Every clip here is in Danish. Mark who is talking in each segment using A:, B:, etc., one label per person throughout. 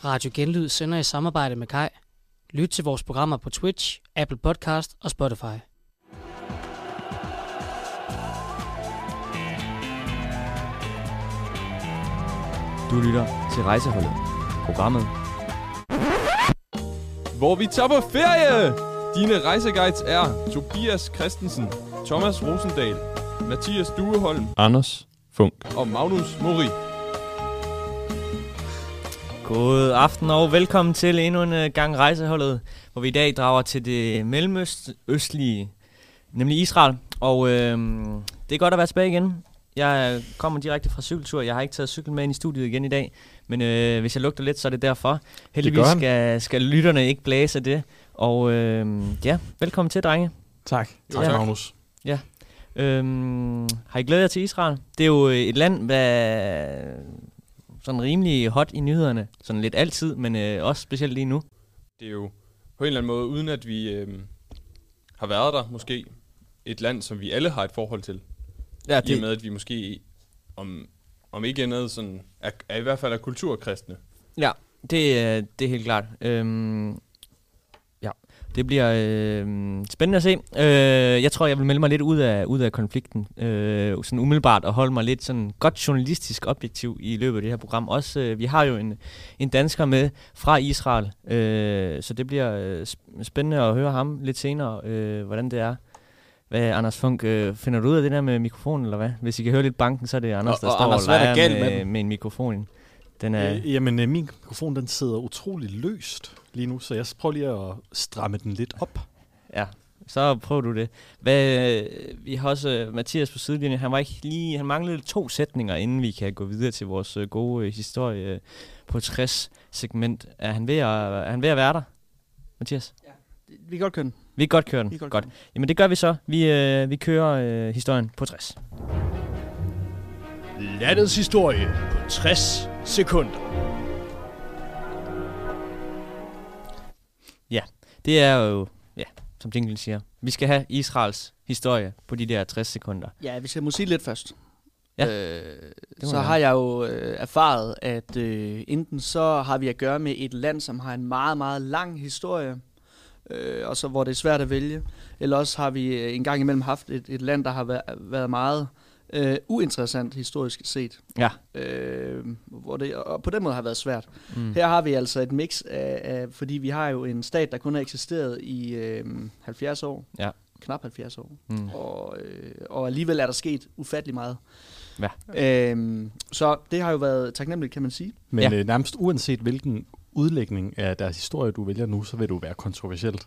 A: Radio Genlyd sender i samarbejde med Kai. Lyt til vores programmer på Twitch, Apple Podcast og Spotify.
B: Du lytter til Rejseholdet, programmet
C: hvor vi tager på ferie. Dine rejseguides er Tobias Christensen, Thomas Rosendal, Mathias Dueholm, Anders Funk og Magnus Mori.
B: God aften og velkommen til endnu en gang Rejseholdet, hvor vi i dag drager til det mellemøstlige, nemlig Israel. Og det er godt at være tilbage igen. Jeg kommer direkte fra cykeltur. Jeg har ikke taget cykel med ind i studiet igen i dag, men hvis jeg lugter lidt, så er det derfor. Heldigvis skal lytterne ikke blæse af det. Og ja, velkommen til, drenge.
D: Tak.
C: Tak, Magnus.
B: Ja. Har I glædet jer til Israel? Det er jo et land, der sådan rimelig hot i nyhederne. Sådan lidt altid, men også specielt lige nu.
C: Det er jo på en eller anden måde, uden at vi har været der, måske et land, som vi alle har et forhold til. Ja, det... I og med, at vi måske, om ikke andet, sådan, er i hvert fald er kulturkristne.
B: Ja, det er helt klart. Ja, det bliver spændende at se. Jeg tror, jeg vil melde mig lidt ud af konflikten, sådan umiddelbart, og holde mig lidt sådan godt journalistisk objektiv i løbet af det her program. Også, vi har jo en dansker med fra Israel, så det bliver spændende at høre ham lidt senere, hvordan det er. Hvad, Anders Funk, finder du ud af det der med mikrofonen, eller hvad? Hvis I kan høre lidt banken, så er det Anders, der står
E: Anders,
B: og leger med en mikrofon. Den er...
D: Jamen, min mikrofon, den sidder utrolig løst lige nu, så jeg prøver lige at stramme den lidt op.
B: Ja, så prøver du det. Vi har også Mathias på sidelinjen. Han manglede 2 sætninger, inden vi kan gå videre til vores gode historie på 60-segment. Er han ved at være der, Mathias?
E: Ja, vi kan godt køre den.
B: Vi kan godt køre den. Godt. Jamen det gør vi så. Vi kører historien på 60.
F: Landets historie på 60 sekunder.
B: Ja, det er jo, som jinglen siger. Vi skal have Israels historie på de der 60 sekunder.
E: Ja, vi skal må sige lidt først.
B: Ja,
E: så har jeg jo erfaret, at enten så har vi at gøre med et land, som har en meget, meget lang historie, og så hvor det er svært at vælge. Eller også har vi en gang imellem haft et land, der har været meget uinteressant historisk set.
B: Ja.
E: Hvor det og på den måde har været svært. Her har vi altså et mix af, fordi vi har jo en stat, der kun har eksisteret i 70 år.
B: Ja.
E: Knap 70 år. Og alligevel er der sket ufattelig meget.
B: Ja.
E: Så det har jo været taknemmeligt, kan man sige.
D: Men nærmest uanset hvilken udlægning af deres historie, du vælger nu, så vil du være kontroversielt.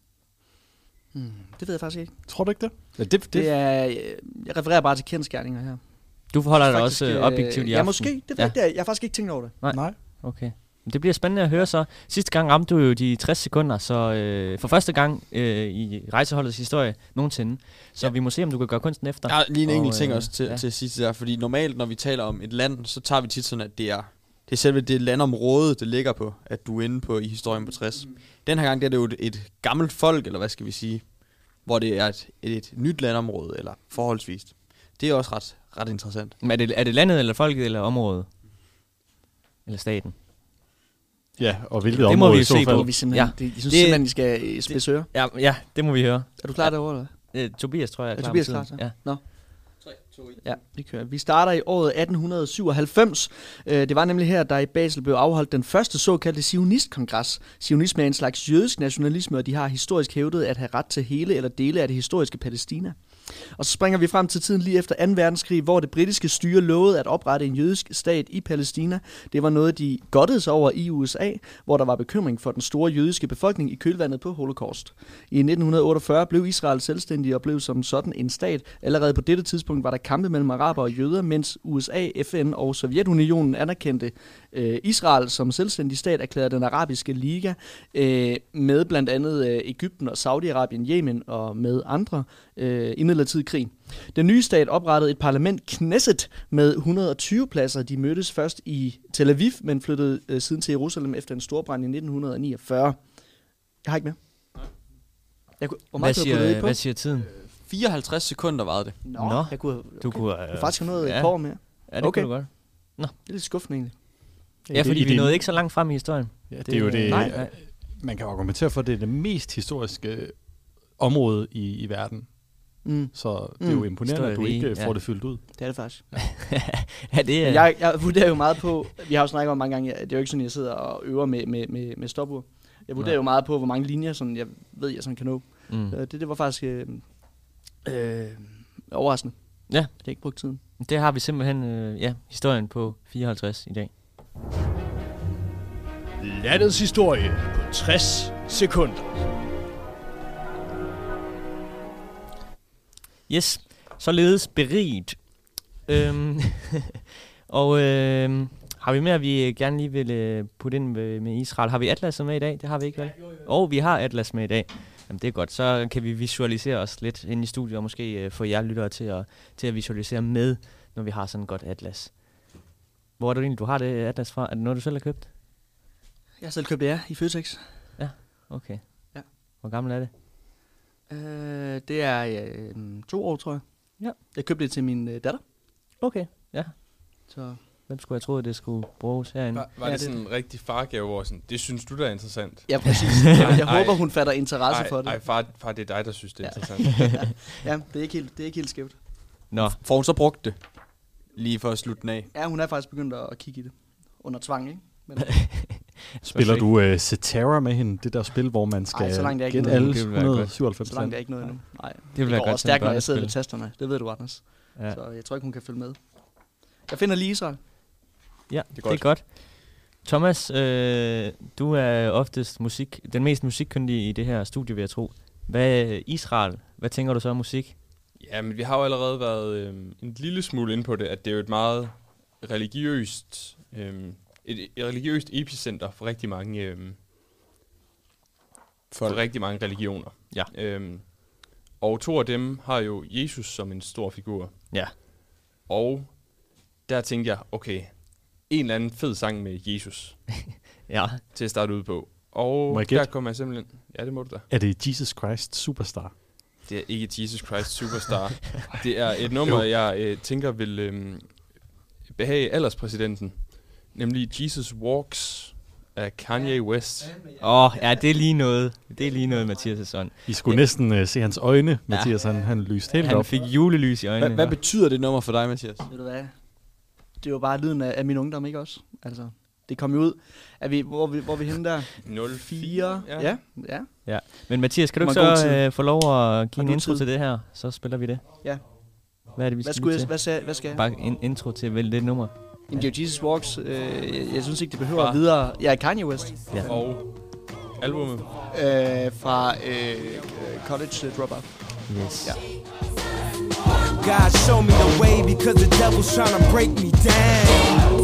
E: Det ved jeg faktisk ikke.
D: Tror du ikke det? Ja,
E: det er, jeg refererer bare til kendsgerninger her.
B: Du forholder dig også objektivt i aften?
E: Ja, måske. Det ved jeg. Jeg har faktisk ikke tænkt over det.
B: Nej. Okay. Det bliver spændende at høre så. Sidste gang ramte du jo de 60 sekunder, så for første gang i Rejseholdets historie nogensinde. Så vi må se, om du kan gøre kunsten efter.
E: Ja, lige en enkelt ting også til sidst der. Fordi normalt, når vi taler om et land, så tager vi tit sådan, at det er selve det landområde, det ligger på, at du er inde på i historien på 60. Den her gang, det er det jo et gammelt folk, eller hvad skal vi sige, hvor det er et nyt landområde, eller forholdsvist. Det er også ret interessant.
B: Men er det landet, eller folket, eller området? Eller staten?
D: Ja, og hvilket
B: område må vi se på.
E: Jeg synes simpelthen, I skal spidse øre.
B: Ja, det må vi høre.
E: Er du klar derovre, eller?
B: Tobias, tror jeg.
E: Er Tobias klar?
B: Ja.
E: Nå. 3, 2, 1. Ja, vi kører. Vi starter i året 1897. Det var nemlig her, der i Basel blev afholdt den første såkaldte zionistkongres. Zionisme er en slags jødisk nationalisme, og de har historisk hævdet at have ret til hele eller dele af det historiske Palæstina. Og så springer vi frem til tiden lige efter 2. verdenskrig, hvor det britiske styre lovede at oprette en jødisk stat i Palæstina. Det var noget, de godtede sig over i USA, hvor der var bekymring for den store jødiske befolkning i kølvandet på Holocaust. I 1948 blev Israel selvstændig og blev som sådan en stat. Allerede på dette tidspunkt var der kampe mellem araber og jøder, mens USA, FN og Sovjetunionen anerkendte Israel som selvstændig stat, erklærede den arabiske liga med blandt andet Egypten og Saudi-Arabien, Yemen og med andre i midlertidig krig. Den nye stat oprettede et parlament, Knesset, med 120 pladser. De mødtes først i Tel Aviv, men flyttede siden til Jerusalem efter en storbrand i 1949. Jeg har ikke mere.
B: Hvad siger tiden?
E: 54 sekunder var det.
B: Nå.
E: Du kunne faktisk have nået et par år mere.
B: Ja, det kunne du godt.
E: Nå. Det er lidt skuffende egentlig.
B: Ja, fordi vi nåede ikke så langt frem i historien.
D: Ja, det er jo det.
E: Nej.
D: Man kan argumentere for, at det er det mest historiske område i verden. Så det er jo imponerende, at du ikke får det fyldt ud.
E: Det er det faktisk.
B: Ja, det er...
E: Jeg vurderer jo meget på, vi har jo snakket om mange gange, det er jo ikke sådan, jeg sidder og øver med stopur. Jeg vurderer jo meget på, hvor mange linjer sådan, jeg ved, jeg sådan kan nå. Det var faktisk overraskende.
B: Ja.
E: Det har ikke brugt tiden.
B: Det har vi simpelthen historien på 54 i dag.
F: Landets historie på 60 sekunder.
B: Yes, således beriget. Og har vi mere, vi gerne lige vil putte ind med Israel? Har vi Atlas med i dag? Det har vi ikke, vel? Vi har Atlas med i dag. Jamen, det er godt. Så kan vi visualisere os lidt inde i studiet, og måske få jer lyttere til at visualisere med, når vi har sådan et godt Atlas. Hvor er det egentlig, du har det Atlas fra? Er det noget, du selv har købt?
E: Jeg har selv købt det, i Føtex.
B: Ja, okay.
E: Ja.
B: Hvor gammel er det?
E: Det er 2 år, tror jeg.
B: Ja.
E: Jeg købte det til min datter.
B: Okay, ja.
E: Så
B: hvem skulle jeg tro, at det skulle bruges herinde?
C: Var det sådan en rigtig fargave, hvor sådan, det synes du, der er interessant?
E: Ja, præcis. Jeg håber, hun fatter interesse for det.
C: Ej, far, det er dig, der synes, det er interessant.
E: Ja, det er ikke helt skævt.
G: Nå. Får hun så brugt det? Lige for at slutte den af?
E: Ja, hun er faktisk begyndt at kigge i det. Under tvang, ikke? Men
D: spiller du Cetera med hende? Det der spil, hvor man skal gætte alle 197.
E: Så langt er ikke noget endnu. Nej,
B: det går
E: også stærkt, når jeg sidder ved tasterne. Det ved du, Anders.
B: Ja.
E: Så jeg tror ikke, hun kan følge med. Jeg finder lige Israel.
B: Ja, det er godt. Thomas, du er oftest den mest musikkyndige i det her studie, vil jeg tro. Hvad tænker du så om musik?
C: Ja, men vi har jo allerede været en lille smule inde på det, at det er jo et meget religiøst, et religiøst epicenter for rigtig mange, religioner.
B: Ja.
C: Og 2 af dem har jo Jesus som en stor figur.
B: Ja.
C: Og der tænkte jeg, okay, en eller anden fed sang med Jesus.
B: Ja.
C: Til at starte ud på. Og der kommer jeg simpelthen... Ja, det må du da.
D: Er det Jesus Christ Superstar?
C: Det er ikke Jesus Christ Superstar. Det er et nummer, jeg tænker vil behage alderspræsidenten. Nemlig Jesus Walks af Kanye West.
B: Ja, det er lige noget. Det er lige noget, Mathias' sådan.
D: I skulle næsten se hans øjne, Mathias. Han lyste helt op.
B: Han fik julelys i øjnene.
G: Hvad betyder det nummer for dig, Mathias?
E: Ved du hvad? Det var bare lyden af min ungdom, ikke også? Altså, det kom jo ud. Hvor vi henne der?
C: 04.
E: Ja.
B: Men Mathias, kan du ikke så få lov at give en intro til det her? Så spiller vi det.
E: Ja.
B: Hvad er det, vi skal til?
E: Hvad skal jeg?
B: Bare en intro til vel det nummer.
E: Det er jo Jesus Walks. Jeg synes ikke, det behøver videre. Ja, Kanye West.
C: Ja. Og albumet?
E: Fra College Dropout.
B: Yes.
E: Ja.
H: God show me the way because the devil's trying to break me down.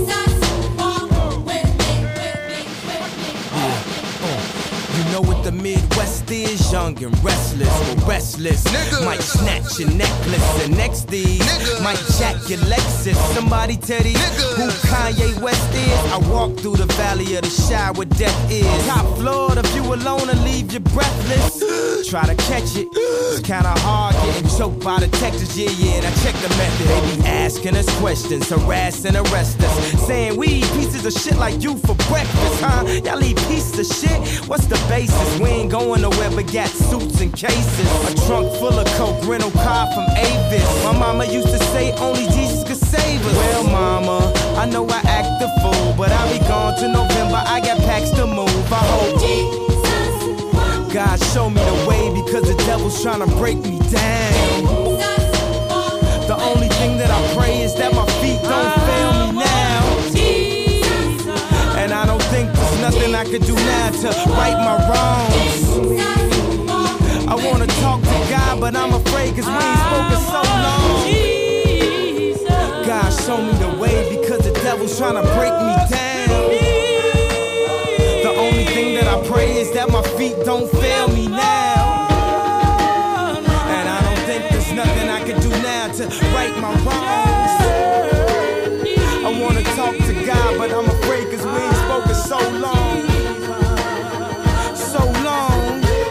H: You know what the Midwest is, young and restless, but restless. Nigga. Might snatch your necklace, and next these might jack your Lexus. Somebody tell these who Kanye West is. I walk through the valley of the shadow where death is. Top floor, if you alone and leave you breathless. Try to catch it, it's kinda hard getting choked by the Texas, and I check the method. They be asking us questions, harass and arrest us, saying we eat pieces of shit like you for breakfast, huh? Y'all eat pieces of shit? What's the basis? We ain't going nowhere but got suits and cases. A trunk full of coke, rental car from Avis. My mama used to say only Jesus could save us. Well, mama, I know I act the fool, but I'll be gone to November. I got packs to move. I hope God show me the way because the devil's trying to break me down. The only thing that I pray is that my feet don't fail me now. And I don't think there's nothing I could do now to right my wrongs. I wanna talk to God, but I'm afraid cause we ain't spoken so long. God show me the way because the devil's trying to break me down. The only thing that I pray is that my feet don't fail me now. And I don't think there's nothing I can do now to right my wrongs. I wanna talk to God, but I'm afraid cause we ain't spoken so long. So long.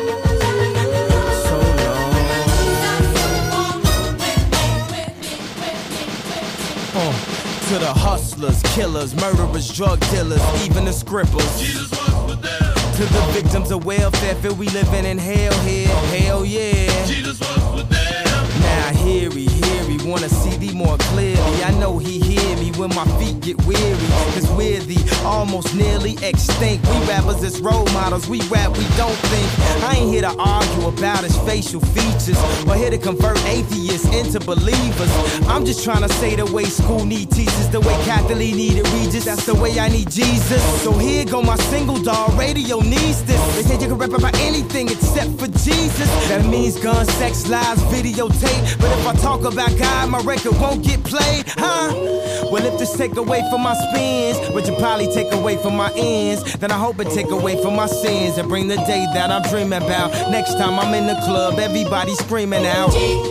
H: So long. To the hustlers, killers, murderers, drug dealers, even the scribblers. Jesus was with them. To the victims of welfare, feel we living in hell here. Hell yeah. Jesus was with them. Now hear he, wanna see thee more clearly. I know he hear me when my feet get weary. Cause we're the almost nearly extinct. We rappers as role models, we rap, we don't think. I ain't here to argue about his facial features, or here to convert atheists into believers. I'm just trying to say the way school need teachers, the way Catholic needed Regis, that's the way I need Jesus. So here go my single, dog, radio needs this. They say you can rap about anything except for Jesus. That means guns, sex, lies, videotape. But if I talk about God, my record won't get played, huh? Well, if this take away from my spins, but you probably take away from my ends, then I hope it take away from my sins and bring the day that I'm dreaming about. Next time I'm in the club, everybody screaming out,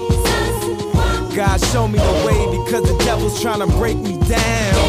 H: God, show me the way, because the devil's trying to break me down.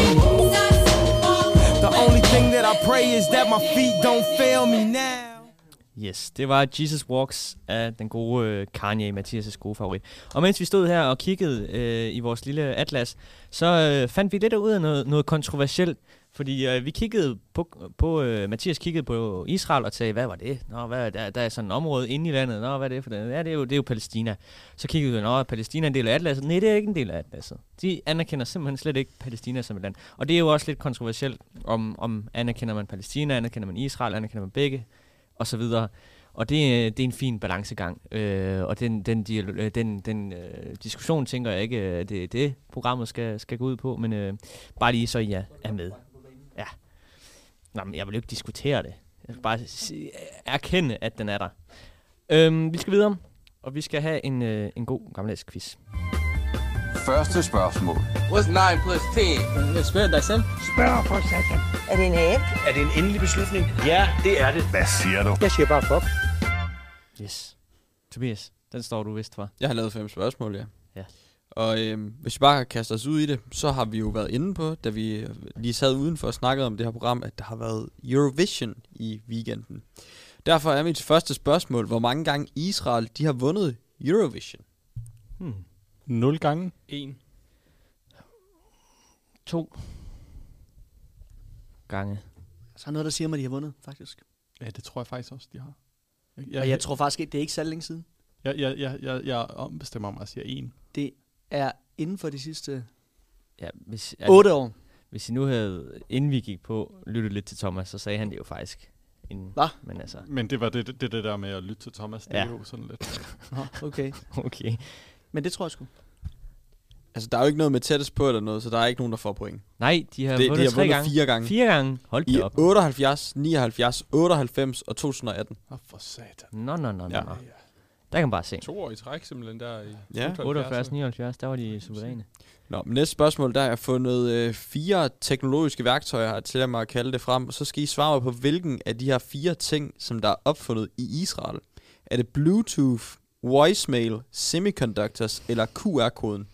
H: The only thing that I pray is that my feet don't fail me now.
B: Yes, det var Jesus Walks af den gode Kanye, Mathias' gode favorit. Og mens vi stod her og kiggede i vores lille atlas, så fandt vi lidt ud af noget kontroversielt. Fordi vi kiggede på Mathias kiggede på Israel og sagde, hvad var det? Nå, der er sådan et område inde i landet. Nå, hvad er det for det? Ja, det er jo Palæstina. Så kiggede vi, nå, Palæstina er en del af atlaset. Nej, det er ikke en del af atlaset. De anerkender simpelthen slet ikke Palæstina som et land. Og det er jo også lidt kontroversielt, om anerkender man Palæstina, anerkender man Israel, anerkender man begge, og så videre. Og det er en fin balancegang. Og den diskussion, tænker jeg ikke, det programmet skal gå ud på, men bare lige så I er med. Ja. Nå, men jeg vil jo ikke diskutere det. Jeg skal bare erkende, at den er der. Vi skal videre, og vi skal have en god gammeldags quiz.
I: Første spørgsmål.
J: What's 9 plus 10?
K: Spørg dig selv.
L: Spørg for satan.
M: Er det en app?
F: Er det en endelig beslutning? Ja, det er det.
I: Hvad siger du?
K: Jeg siger bare fuck.
B: Yes. Tobias, den står du vist for.
G: Jeg har lavet 5 spørgsmål, ja.
B: Ja.
G: Og hvis vi bare kaster os ud i det, så har vi jo været inde på, da vi lige sad udenfor og snakkede om det her program, at der har været Eurovision i weekenden. Derfor er mit første spørgsmål, hvor mange gange Israel de har vundet Eurovision?
D: 0 gange?
C: 1.
B: 2 gange.
E: Så er noget, der siger mig, at de har vundet, faktisk.
D: Ja, det tror jeg faktisk også, de har.
E: Og jeg tror faktisk ikke, det er ikke særlig længe siden.
D: Jeg ombestemmer mig og siger 1.
E: Det er inden for de sidste
B: 8
E: år.
B: Hvis I nu havde, inden vi gik på, lyttet lidt til Thomas, så sagde han det jo faktisk.
E: Hvad?
D: Men det var det der med at lytte til Thomas, det er jo sådan lidt.
E: Okay. Men det tror jeg sgu.
G: Altså, der er jo ikke noget med tættest på eller noget, så der er ikke nogen, der får point.
B: Nej, de har vundet 3 gange.
G: 4 gange.
B: 4 gange? Hold da op.
G: I 78, 79, 98 og 2018.
D: For satan.
B: Nå. Der kan man bare se.
C: 2 år i træk simpelthen der i
B: 78, 79, der var de suveræne.
G: Nå, men næste spørgsmål, der har jeg fundet 4 teknologiske værktøjer, har til mig at kalde det frem. Og så skal I svare mig på, hvilken af de her 4 ting, som der er opfundet i Israel. Er det Bluetooth, voicemail, semiconductors eller QR-koden?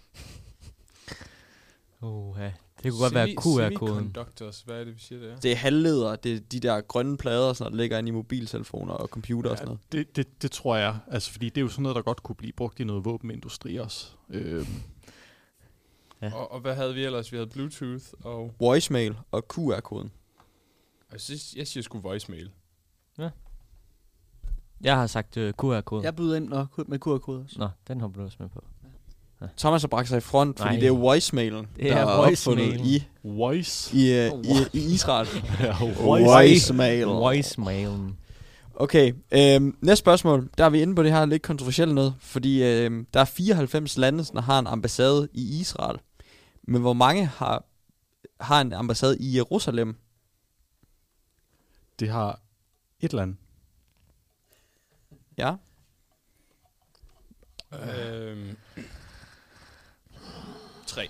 B: Det kunne godt være QR-koden.
C: Semiconductors, hvad er det, vi siger det er?
G: Det er halvledere, det er de der grønne plader, der ligger inde i mobiltelefoner og computer og sådan noget.
D: Det tror jeg, altså fordi det er jo sådan noget, der godt kunne blive brugt i noget våbenindustri også.
C: Ja. Og hvad havde vi ellers? Vi havde Bluetooth og...
G: Voicemail og QR-koden.
C: Jeg siger sgu voicemail.
B: Ja. Jeg har sagt QR-kode.
E: Jeg byder ind med QR-kode også.
B: Nå, den har du også med på.
G: Ja. Thomas har bragt sig i front, fordi det er voicemailen, der er opfundet i Israel.
B: Voicemailen.
G: Okay, næste spørgsmål. Der er vi inde på det her lidt kontroversielle noget, fordi der er 94 lande, der har en ambassade i Israel. Men hvor mange har en ambassade i Jerusalem?
D: Det har et land.
G: Ja.
C: 3.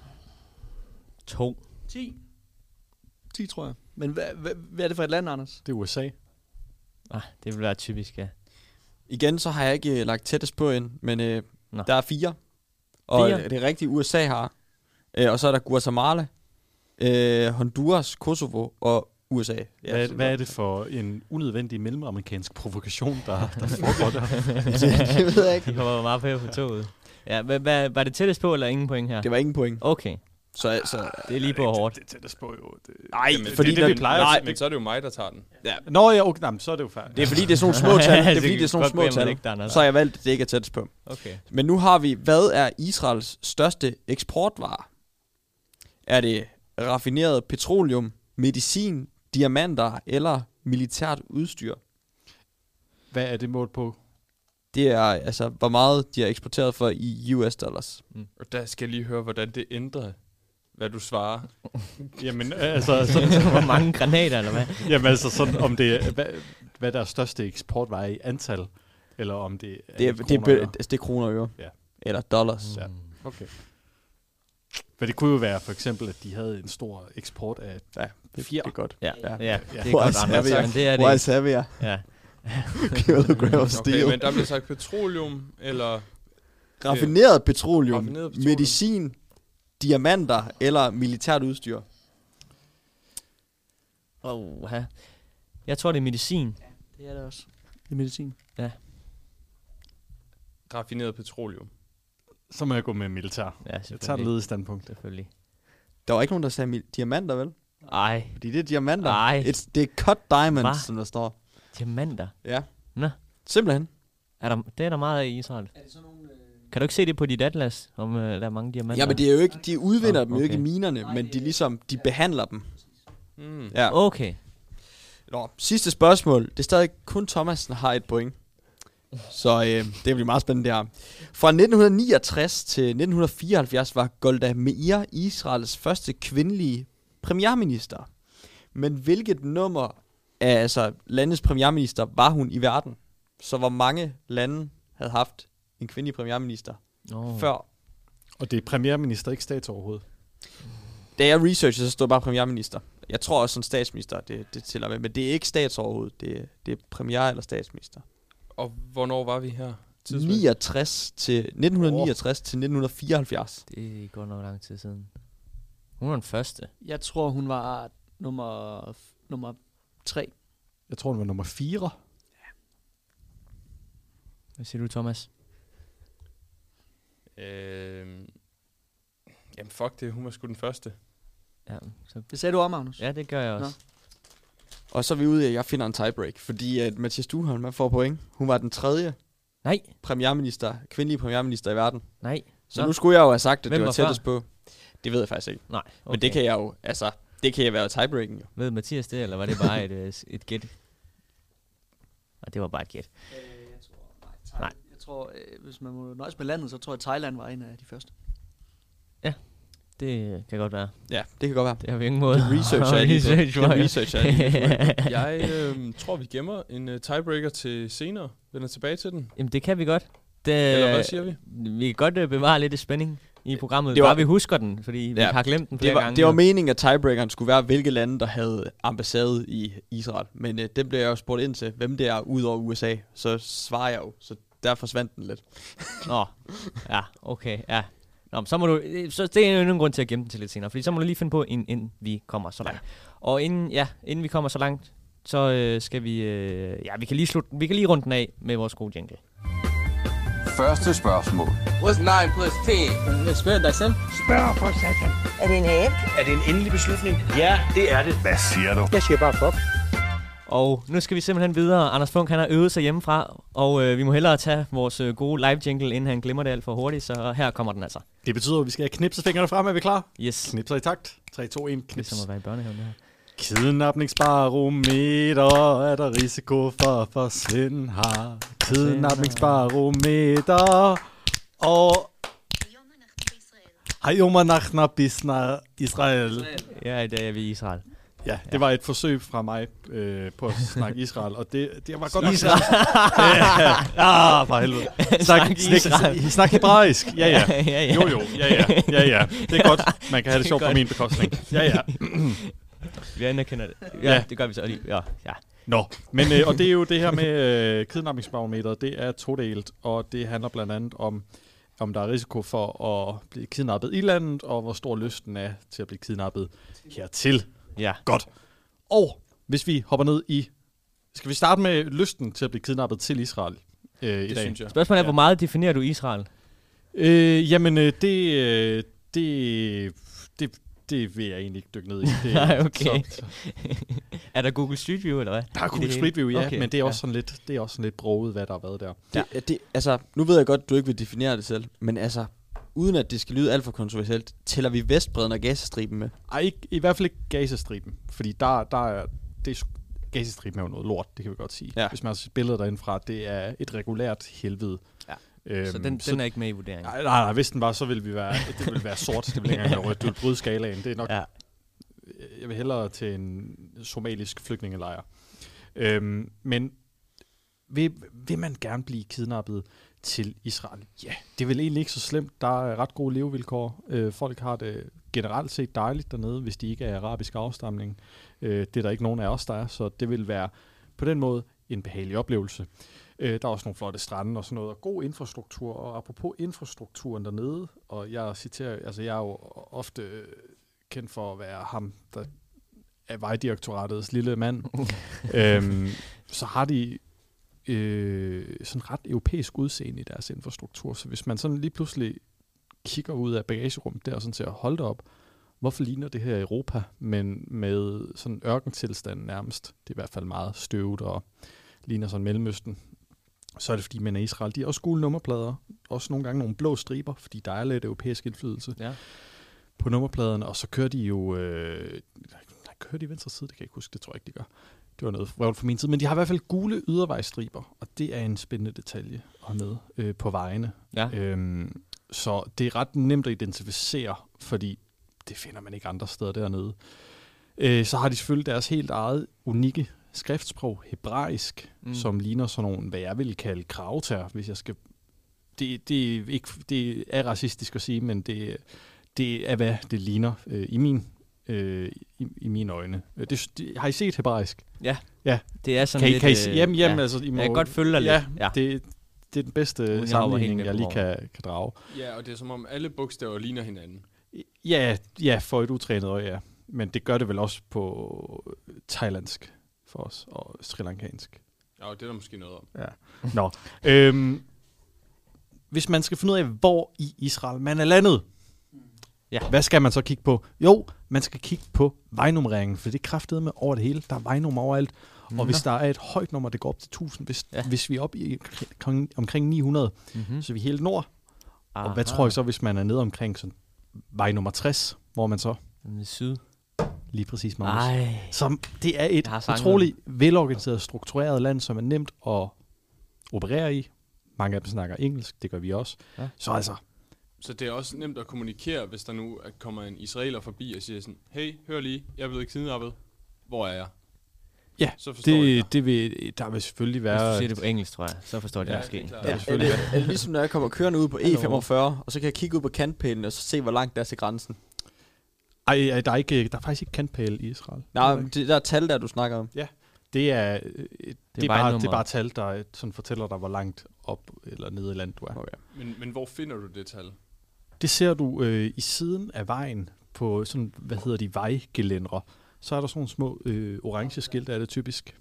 B: 2.
E: 10 tror jeg. Men hvad er det for et land, Anders?
D: Det er USA.
B: Det vil være typisk, ja.
G: Igen, så har jeg ikke lagt tættest på ind, men der er 4. Og det er rigtigt, USA har. Og så er der Guatemala, Honduras, Kosovo og USA.
D: Ja, hvad er det for en unødvendig mellemamerikansk provokation, der foregår der?
E: Det ved jeg ikke.
B: De kommer meget på toget. Ja, var det tættest på, eller ingen point her?
G: Det var ingen point.
B: Okay.
G: Så
B: det er lige på hårdt.
D: Det tættes på jo.
C: Nej,
D: fordi det vi plejer.
C: Nej, men så er det jo mig, der tager den.
G: Ja.
D: Nå ja, okay, så er det jo færdigt.
G: Det er fordi, det er sådan nogle små tal. Det er fordi, det er sådan nogle små tal. Så har jeg valgt, at det ikke er tættest på.
B: Okay.
G: Men nu har vi, hvad er Israels største eksportvare? Er det raffineret petroleum, medicin, diamanter eller militært udstyr?
D: Hvad er det målt på?
G: Det er altså, hvor meget de har eksporteret for i US dollars.
C: Og der skal jeg lige høre, hvordan det ændrer, hvad du svarer.
D: Jamen, altså... Sådan,
B: hvor mange granater, eller hvad?
D: Jamen, altså sådan, om det er... Hvad der er største eksportvare i antal, eller om det er
G: det er kroner og øre.
D: Ja.
G: Eller dollars.
D: Ja, okay. Men det kunne jo være for eksempel, at de havde en stor eksport af fjer.
G: Det er godt.
B: Ja, det er godt, Anders. Men det er det.
G: Hvor er Savia?
B: Ja.
G: Kilogram of steel.
C: Okay, men der bliver sagt petroleum, eller...
G: Raffineret petroleum, medicin, diamanter eller militært udstyr.
B: Jeg tror, det er medicin.
E: Ja, det er det også. Det er medicin.
B: Ja.
C: Raffineret petroleum.
D: Så må jeg gå med militær.
B: Ja,
D: jeg tager det led i standpunkt.
B: Selvfølgelig.
G: Der var ikke nogen, der sagde diamanter, vel?
B: Nej.
G: Fordi det er diamanter.
B: Nej.
G: Det er cut diamonds, som der står.
B: Diamanter?
G: Ja.
B: Nå.
G: Simpelthen.
B: Det er der meget af i Israel. Er det sådan nogle, Kan du ikke se det på dit atlas, om der er mange diamanter?
G: Ja, men det er jo ikke, de udvinder dem jo ikke i minerne, men de behandler dem.
B: Ja. Okay.
G: Nå, sidste spørgsmål. Det er stadig kun Thomas, der har et point. Så det bliver meget spændende det her. Fra 1969 til 1974 var Golda Meir Israels første kvindelige premierminister. Men hvilket nummer af landets premierminister var hun i verden? Så hvor mange lande havde haft en kvindelig premierminister før?
D: Og det er premierminister, ikke statsoverhoved?
G: Da jeg researchede, så stod bare premierminister. Jeg tror også, som statsminister, det tæller med. Men det er ikke statsoverhoved. Det er premier eller statsminister.
C: Og hvornår var vi her?
G: 1969 til 1974.
B: Det er godt nok lang tid siden. Hun var den første.
E: Jeg tror, hun var nummer 3.
D: Jeg tror, hun var nummer 4.
B: Hvad siger du, Thomas?
C: Jamen fuck det, hun var sgu den første.
B: Ja, så
E: det sagde du om, Magnus.
B: Ja, det gør jeg også. Nå.
G: Og så er vi ude i, at jeg finder en tiebreak, fordi at Mathias Duholm, man får point. Hun var den 3. kvindelige premierminister i verden.
B: Nej.
G: Så nu skulle jeg jo have sagt, at det var tættest på. Det ved jeg faktisk ikke.
B: Nej, okay.
G: Men det kan jeg jo, det kan jeg være tiebreaken jo.
B: Ved Mathias det, eller var det bare et gæt? Og det var bare et gæt.
E: Nej. Jeg tror, hvis man må nøjes med landet, så tror jeg, at Thailand var en af de første.
B: Ja, det kan godt være.
G: Ja, det kan godt være.
B: Det har vi ingen måde.
G: Research
C: Jeg tror, vi gemmer en tiebreaker til senere. Vender tilbage til den.
B: Jamen, det kan vi godt.
C: Eller hvad siger vi?
B: Vi kan godt bevare lidt spænding i programmet. Det var, bare vi husker den, fordi vi har glemt den flere gange.
G: Det var meningen, at tiebreakeren skulle være, hvilke lande, der havde ambassade i Israel. Men det blev jeg jo spurgt ind til, hvem det er ud over USA. Så svarer jeg jo, så der forsvandt den lidt.
B: Nå, ja, okay, ja. Nå, så må du, så det er jo en grund til at gemme den til lidt senere, fordi så må du lige finde på, inden vi kommer så langt. Ja. Og inden vi kommer så langt, så skal vi, vi kan lige runde den af med vores gode jingle.
I: Første spørgsmål.
J: What's 9 plus 10?
F: Spørg dig selv.
K: Spørg for satan.
L: Er det en æg?
F: Er det en endelig beslutning? Ja, det er det.
I: Hvad siger du?
F: Jeg siger bare fuck.
B: Og nu skal vi simpelthen videre. Anders Funk, han har øvet sig hjemmefra, og vi må hellere tage vores gode live jingle, inden han glemmer det alt for hurtigt, så her kommer den altså.
D: Det betyder, at vi skal have knipsefingrene frem. Er vi klar?
B: Yes.
D: Knipser i takt. 3, 2, 1, knips.
B: Det er som at være i børnehaven, det her.
D: Kidnapningsbarometer, er der risiko for at forsvinde her? Kidnapningsbarometer, og... Hayoma Nachna Bisna Israel.
B: Ja, i dag er vi i Israel.
D: Ja, det var et forsøg fra mig på at snakke Israel, og det var godt nok...
B: Israel?
D: Ja, for helvede. Snak hebraisk. Ja. Jo. Ja. Det er godt. Man kan have det sjovt på min bekostning. Ja.
B: Vi anerkender det. Ja, det gør vi så lige. Ja.
D: Nå, men og det er jo det her med kidnapningsbarometeret, det er todelt, og det handler blandt andet om der er risiko for at blive kidnappet i landet, og hvor stor lysten er til at blive kidnappet hertil.
B: Ja.
D: Godt. Og hvis vi hopper ned i... Skal vi starte med lysten til at blive kidnappet til Israel i dag?
C: Synes jeg.
B: Spørgsmålet er, hvor meget definerer du Israel?
D: Jamen, det Det vil jeg egentlig ikke dykke ned i. Det,
B: nej, okay. Er der Google Street View, eller hvad?
D: Der er Google Street View, ja,
B: okay,
D: men det er også sådan lidt broget, hvad der har været der.
G: Altså, nu ved jeg godt, du ikke vil definere det selv, men altså, uden at det skal lyde alt for kontroversielt, tæller vi Vestbredden og Gazastriben med?
D: Ej, i hvert fald ikke Gazastriben, fordi der er... Gazastriben er jo noget lort, det kan vi godt sige. Ja. Hvis man har set billeder derindefra, det er et regulært helvede.
B: Ja. Så den er ikke med i vurderingen?
D: Nej, hvis den var, så ville det ville være sort. Det ville ikke engang være rødt. Du ville bryde skalaen. Det er nok... Ja. Jeg vil hellere til en somalisk flygtningelejr. Men vil man gerne blive kidnappet til Israel? Ja, det er vel egentlig ikke så slemt. Der er ret gode levevilkår. Folk har det generelt set dejligt dernede, hvis de ikke er arabisk afstamning. Det er der ikke nogen af os, der er, så det vil være på den måde en behagelig oplevelse. Der er også nogle flotte strande og sådan noget, og god infrastruktur. Og apropos infrastrukturen dernede, og jeg er jo ofte kendt for at være ham, der er Vejdirektoratets lille mand. Så har de sådan ret europæisk udseende i deres infrastruktur. Så hvis man sådan lige pludselig kigger ud af bagagerummet der og sådan ser, hold da op, hvorfor ligner det her Europa, men med sådan ørkentilstand nærmest. Det er i hvert fald meget støvet og ligner sådan Mellemøsten. Så er det fordi, man er Israel. De har også gule nummerplader. Også nogle gange nogle blå striber, fordi der er lidt europæisk indflydelse på nummerpladerne. Og så kører de jo... kører de i venstre side? Det kan jeg ikke huske. Det tror jeg ikke, de gør. Det var noget vrøvl fra min tid. Men de har i hvert fald gule ydervejsstriber. Og det er en spændende detalje at med på vejene. Ja. Så det er ret nemt at identificere, fordi det finder man ikke andre steder dernede. Så har de selvfølgelig deres helt eget unikke skriftsprog, hebraisk, som ligner sådan nogle, hvad jeg vil kalde kravtær, hvis jeg skal... Det er racistisk at sige, men det er, hvad det ligner i mine øjne. Har I set hebraisk?
B: Ja.
D: Ja.
B: Det er sådan lidt...
D: Kan I se? Jamen, altså, I må,
B: jeg kan godt følge dig lidt.
D: Ja, det er den bedste sammenligning, jeg lige kan drage.
C: Ja, og det er som om alle bogstaver ligner hinanden.
D: Ja, for et utrænet øje, ja. Men det gør det vel også på thailandsk for os, og srilankansk.
C: Ja, det er der måske noget om.
D: Ja. Nå. Hvis man skal finde ud af, hvor i Israel man er landet, hvad skal man så kigge på? Jo, man skal kigge på vejnummereringen, for det er kraftedeme over det hele. Der er vejnummer overalt. Og hvis der er et højt nummer, det går op til 1000, hvis vi er oppe i omkring 900, så er vi helt nord. Aha. Og hvad tror jeg så, hvis man er nede omkring sådan vej nummer 60, hvor man så?
B: Syd.
D: Lige præcis, Magnus. Som det er et utroligt velorganiseret, struktureret land, som er nemt at operere i. Mange af dem snakker engelsk, det gør vi også. Ja.
C: Så det er også nemt at kommunikere, hvis der nu kommer en israeler forbi og siger sådan, hey, hør lige, jeg er blevet kidnappet. Hvor er jeg?
D: Ja, så det vil, der vil selvfølgelig være...
B: Hvis du siger det på engelsk, tror jeg, så forstår det måske.
G: Er det ligesom, når jeg kommer kørende ud på E45, og så kan jeg kigge ud på kantpælen, og så se, hvor langt der er til grænsen?
D: Ej, der er faktisk ikke kantpæle i Israel.
G: Nej, det der tal, der du snakker om.
D: Ja, det er bare tal, der sådan fortæller dig, hvor langt op eller nede i landet du er.
C: Okay. Men hvor finder du det tal?
D: Det ser du i siden af vejen på sådan, vejgelændere. Så er der sådan små orange skilte, er det typisk.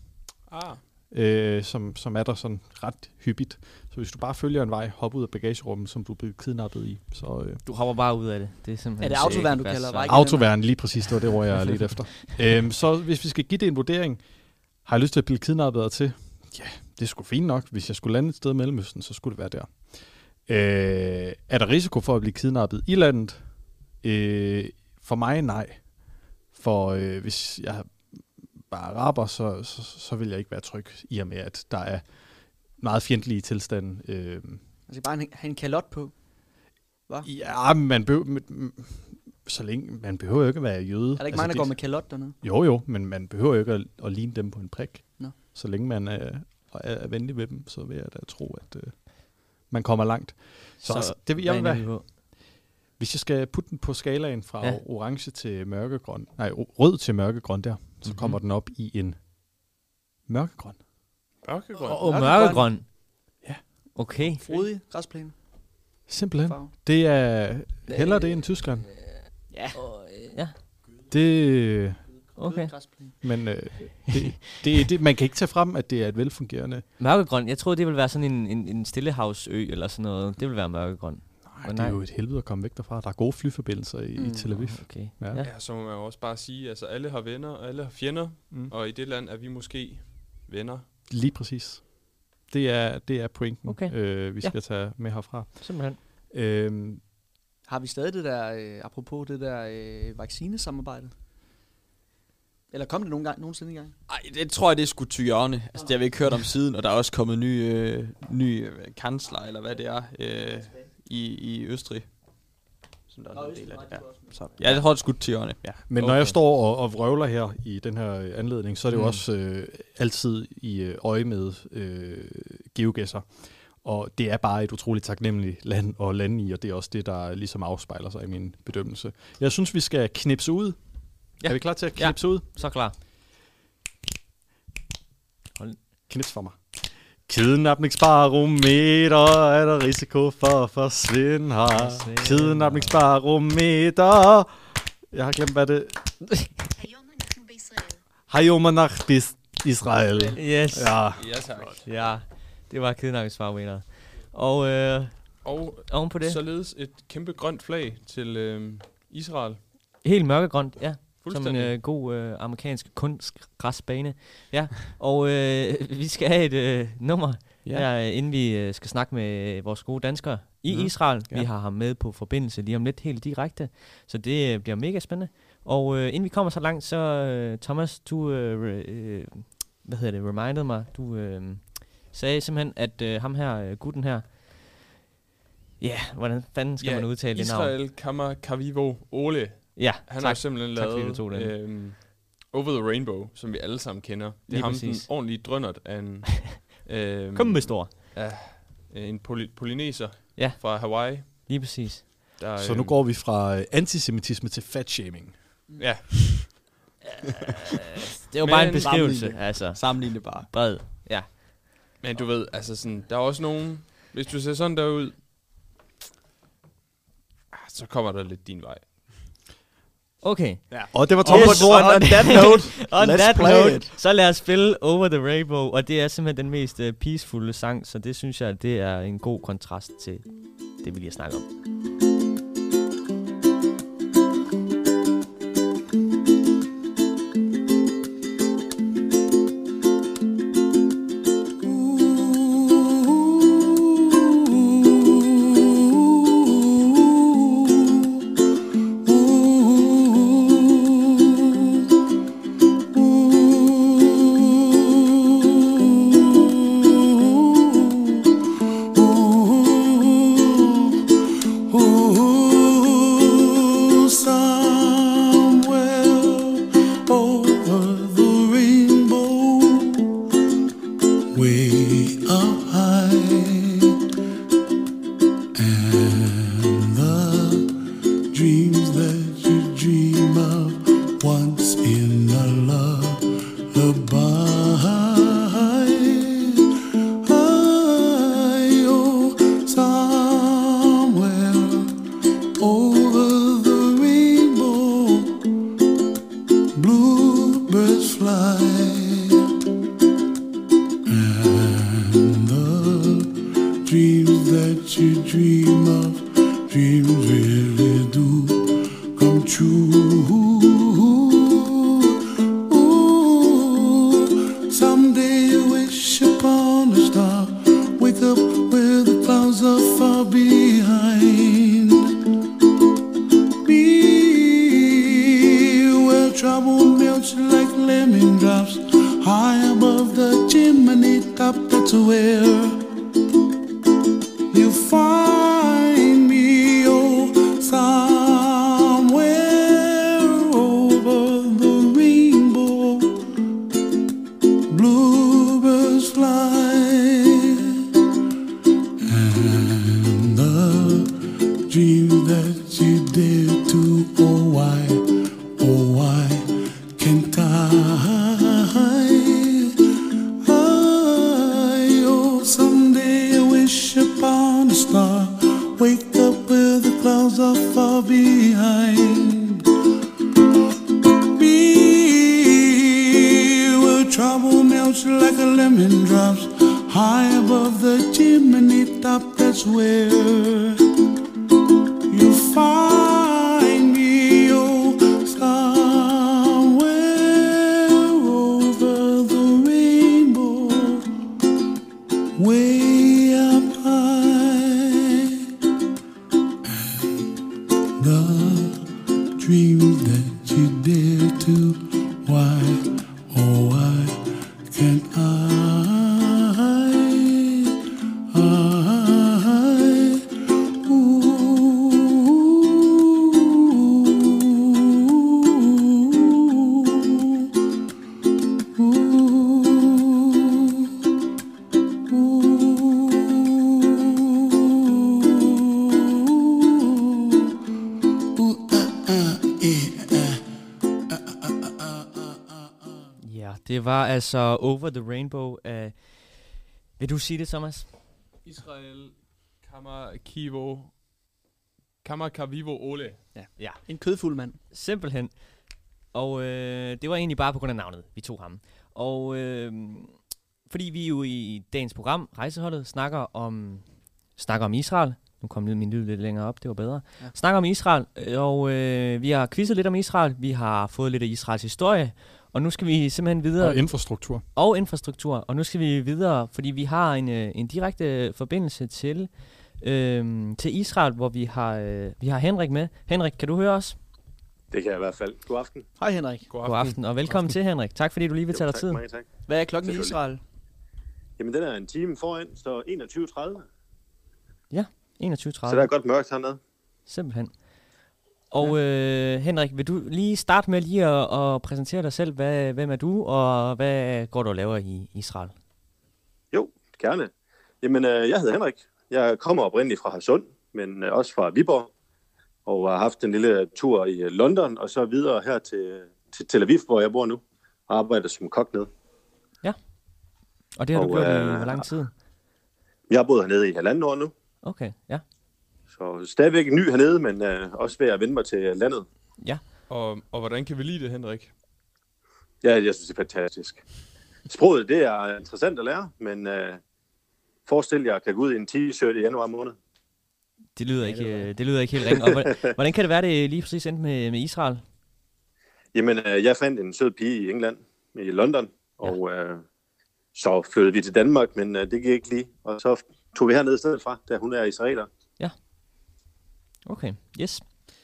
D: Som er der sådan ret hyppigt. Så hvis du bare følger en vej, hop ud af bagagerummet, som du er blevet kidnappet i. Så,
B: du hopper bare ud af det. Det er simpelthen...
E: Er det autoværn, du kalder vej?
D: Autoværn, lige præcis. Det var det ord, jeg er lidt efter. Så hvis vi skal give det en vurdering, har jeg lyst til at blive kidnappet til? Ja, det er sgu fint nok. Hvis jeg skulle lande et sted i Mellemøsten, så skulle det være der. Er der risiko for at blive kidnappet i landet? For mig, nej. For hvis jeg bare araber, så vil jeg ikke være tryg i og med, at der er meget fjendtlige tilstande.
E: Altså bare have en kalot på? Hva?
D: Ja, man behøver jo ikke at være jøde.
E: Er der ikke mange, der går med kalot dernede?
D: Jo, men man behøver jo ikke at ligne dem på en prik. No. Så længe man er venlig ved dem, så vil jeg da tro, at man kommer langt. Så altså, det vil jeg vil være... Hvis jeg skal putte den på skalaen fra orange til mørkegrøn, rød til mørkegrøn der, så kommer den op i en mørkegrøn.
C: Mørkegrøn?
B: Mørkegrøn?
D: Ja.
B: Okay.
E: Frodig græsplæne.
D: Simpelthen. Det er hellere det end Tyskland.
E: Ja.
D: Det...
B: Okay.
D: Men man kan ikke tage frem, at det er et velfungerende...
B: Mørkegrøn? Jeg troede, det ville være sådan en stillehavsø eller sådan noget. Det vil være mørkegrøn.
D: Det er jo et helvede at komme væk derfra. Der er gode flyforbindelser i Tel Aviv.
B: Okay.
C: Ja, så må man jo også bare sige, altså alle har venner, og alle har fjender, og i det land er vi måske venner.
D: Lige præcis. Det er pointen, vi skal tage med herfra.
B: Simpelthen.
E: Har vi stadig det der, apropos det der vaccinesamarbejde? Eller kom det nogensinde i gang?
G: Ej, det tror jeg, det er sgu til hjørne. Altså, det har vi ikke hørt om siden, og der er også kommet ny kansler, eller hvad det er, i Østrig. Som der er en del af det. Ja. Så, ja, det tror jeg, det er sgu til hjørne. Ja.
D: Men når jeg står og vrøvler her i den her anledning, så er det jo også altid i øje med geogæsser. Og det er bare et utroligt taknemmeligt land at lande i, og det er også det, der ligesom afspejler sig i min bedømmelse. Jeg synes, vi skal knipse ud. Ja. Er vi klar til at knipse ud?
B: Så klar.
D: Knips for mig. Kidnapningsbarometer, er der risiko for at forsvinde her? Kidnapningsbarometer. Jeg har glemt, hvad det... Hayom Nacht bis Israel.
B: Yes.
D: Ja.
C: Ja, tak.
B: Ja, det var kidnapningsbarometer. Og oven på det.
C: Således et kæmpe grønt flag til Israel.
B: Helt mørkegrønt, ja. Som en god amerikansk kunstgræsbane. Ja, og vi skal have et nummer, inden vi skal snakke med vores gode danskere i Israel. Vi har ham med på forbindelse lige om lidt helt direkte, så det bliver mega spændende. Og inden vi kommer så langt, så Thomas, du reminded mig, du sagde simpelthen, at ham her, gutten her, hvordan fanden skal man udtale det navn?
C: Israel Kamakawiwo Ole.
B: Ja,
C: han har simpelthen lavet Over the Rainbow, som vi alle sammen kender. Det er ham, den ordentlige drønnert af en...
B: Kæmpe stor.
C: En polyneser fra Hawaii.
B: Lige præcis.
D: Så nu går vi fra antisemitisme til fatshaming.
C: Ja.
B: Det er jo bare en beskrivelse.
G: Sammenligne bare.
B: Bred. Ja.
C: Men du ved, altså sådan, der er også nogen... Hvis du ser sådan derud, så kommer der lidt din vej.
B: Okay.
G: Ja.
D: Og det var Thomas' ord.
G: On that note,
B: så lad os spille Over the Rainbow, og det er simpelthen den mest peacefulde sang, så det synes jeg, det er en god kontrast til det, vi lige har snakket om.
K: find me, oh, somewhere over the rainbow, way up high, and the dreams that you dare to, why, oh, why can't I?
B: Det var altså Over the Rainbow. Vil du sige det, Thomas?
C: Israel Kamarkavivo Ole.
E: Ja. En kødfuld mand.
B: Simpelthen. Og det var egentlig bare på grund af navnet, vi tog ham. Og fordi vi jo i dagens program, Rejseholdet, snakker om Israel. Nu kom min lyd lidt længere op, det var bedre. Ja. Snakker om Israel, og vi har quizzet lidt om Israel. Vi har fået lidt af Israels historie. Og nu skal vi simpelthen videre. Og infrastruktur. Og nu skal vi videre, fordi vi har en direkte forbindelse til Israel, hvor vi har Henrik med. Henrik, kan du høre os?
L: Det kan jeg i hvert fald. God aften.
E: Hej Henrik.
B: God aften, og velkommen til, Henrik. Tak fordi du lige vil tage dig tid.
L: Mange tak.
E: Hvad er klokken i Israel?
L: Jamen den er en time foran, så 21.30.
B: Ja, 21.30.
L: Så der er godt mørkt hernede.
B: Simpelthen. Og Henrik, vil du lige starte med lige at præsentere dig selv? Hvem er du, og hvad går du og laver i Israel?
L: Jo, gerne. Jamen, jeg hedder Henrik. Jeg kommer oprindeligt fra Hadsund, men også fra Viborg. Og har haft en lille tur i London, og så videre her til Tel Aviv, hvor jeg bor nu. Og arbejder som kok nede.
B: Ja. Og det har du gjort i hvor lang tid? Jeg
L: har boet hernede i 1,5 år nu.
B: Okay, ja.
L: Så stadigvæk ny hernede, men også ved at vende mig til landet.
B: Ja.
C: Og hvordan kan vi lide det, Henrik?
L: Ja, jeg synes, det er fantastisk. Sproget, det er interessant at lære, men forestil jer, at jeg kan gå ud i en t-shirt i januar måned.
B: Det lyder ikke helt ringe. Og hvordan kan det være, det lige præcis endte med Israel?
L: Jamen, jeg fandt en sød pige i England, i London, og så flyttede vi til Danmark, men det gik ikke lige. Og så tog vi hernede i stedet fra, da hun er israeler.
B: Ja. Okay, yes.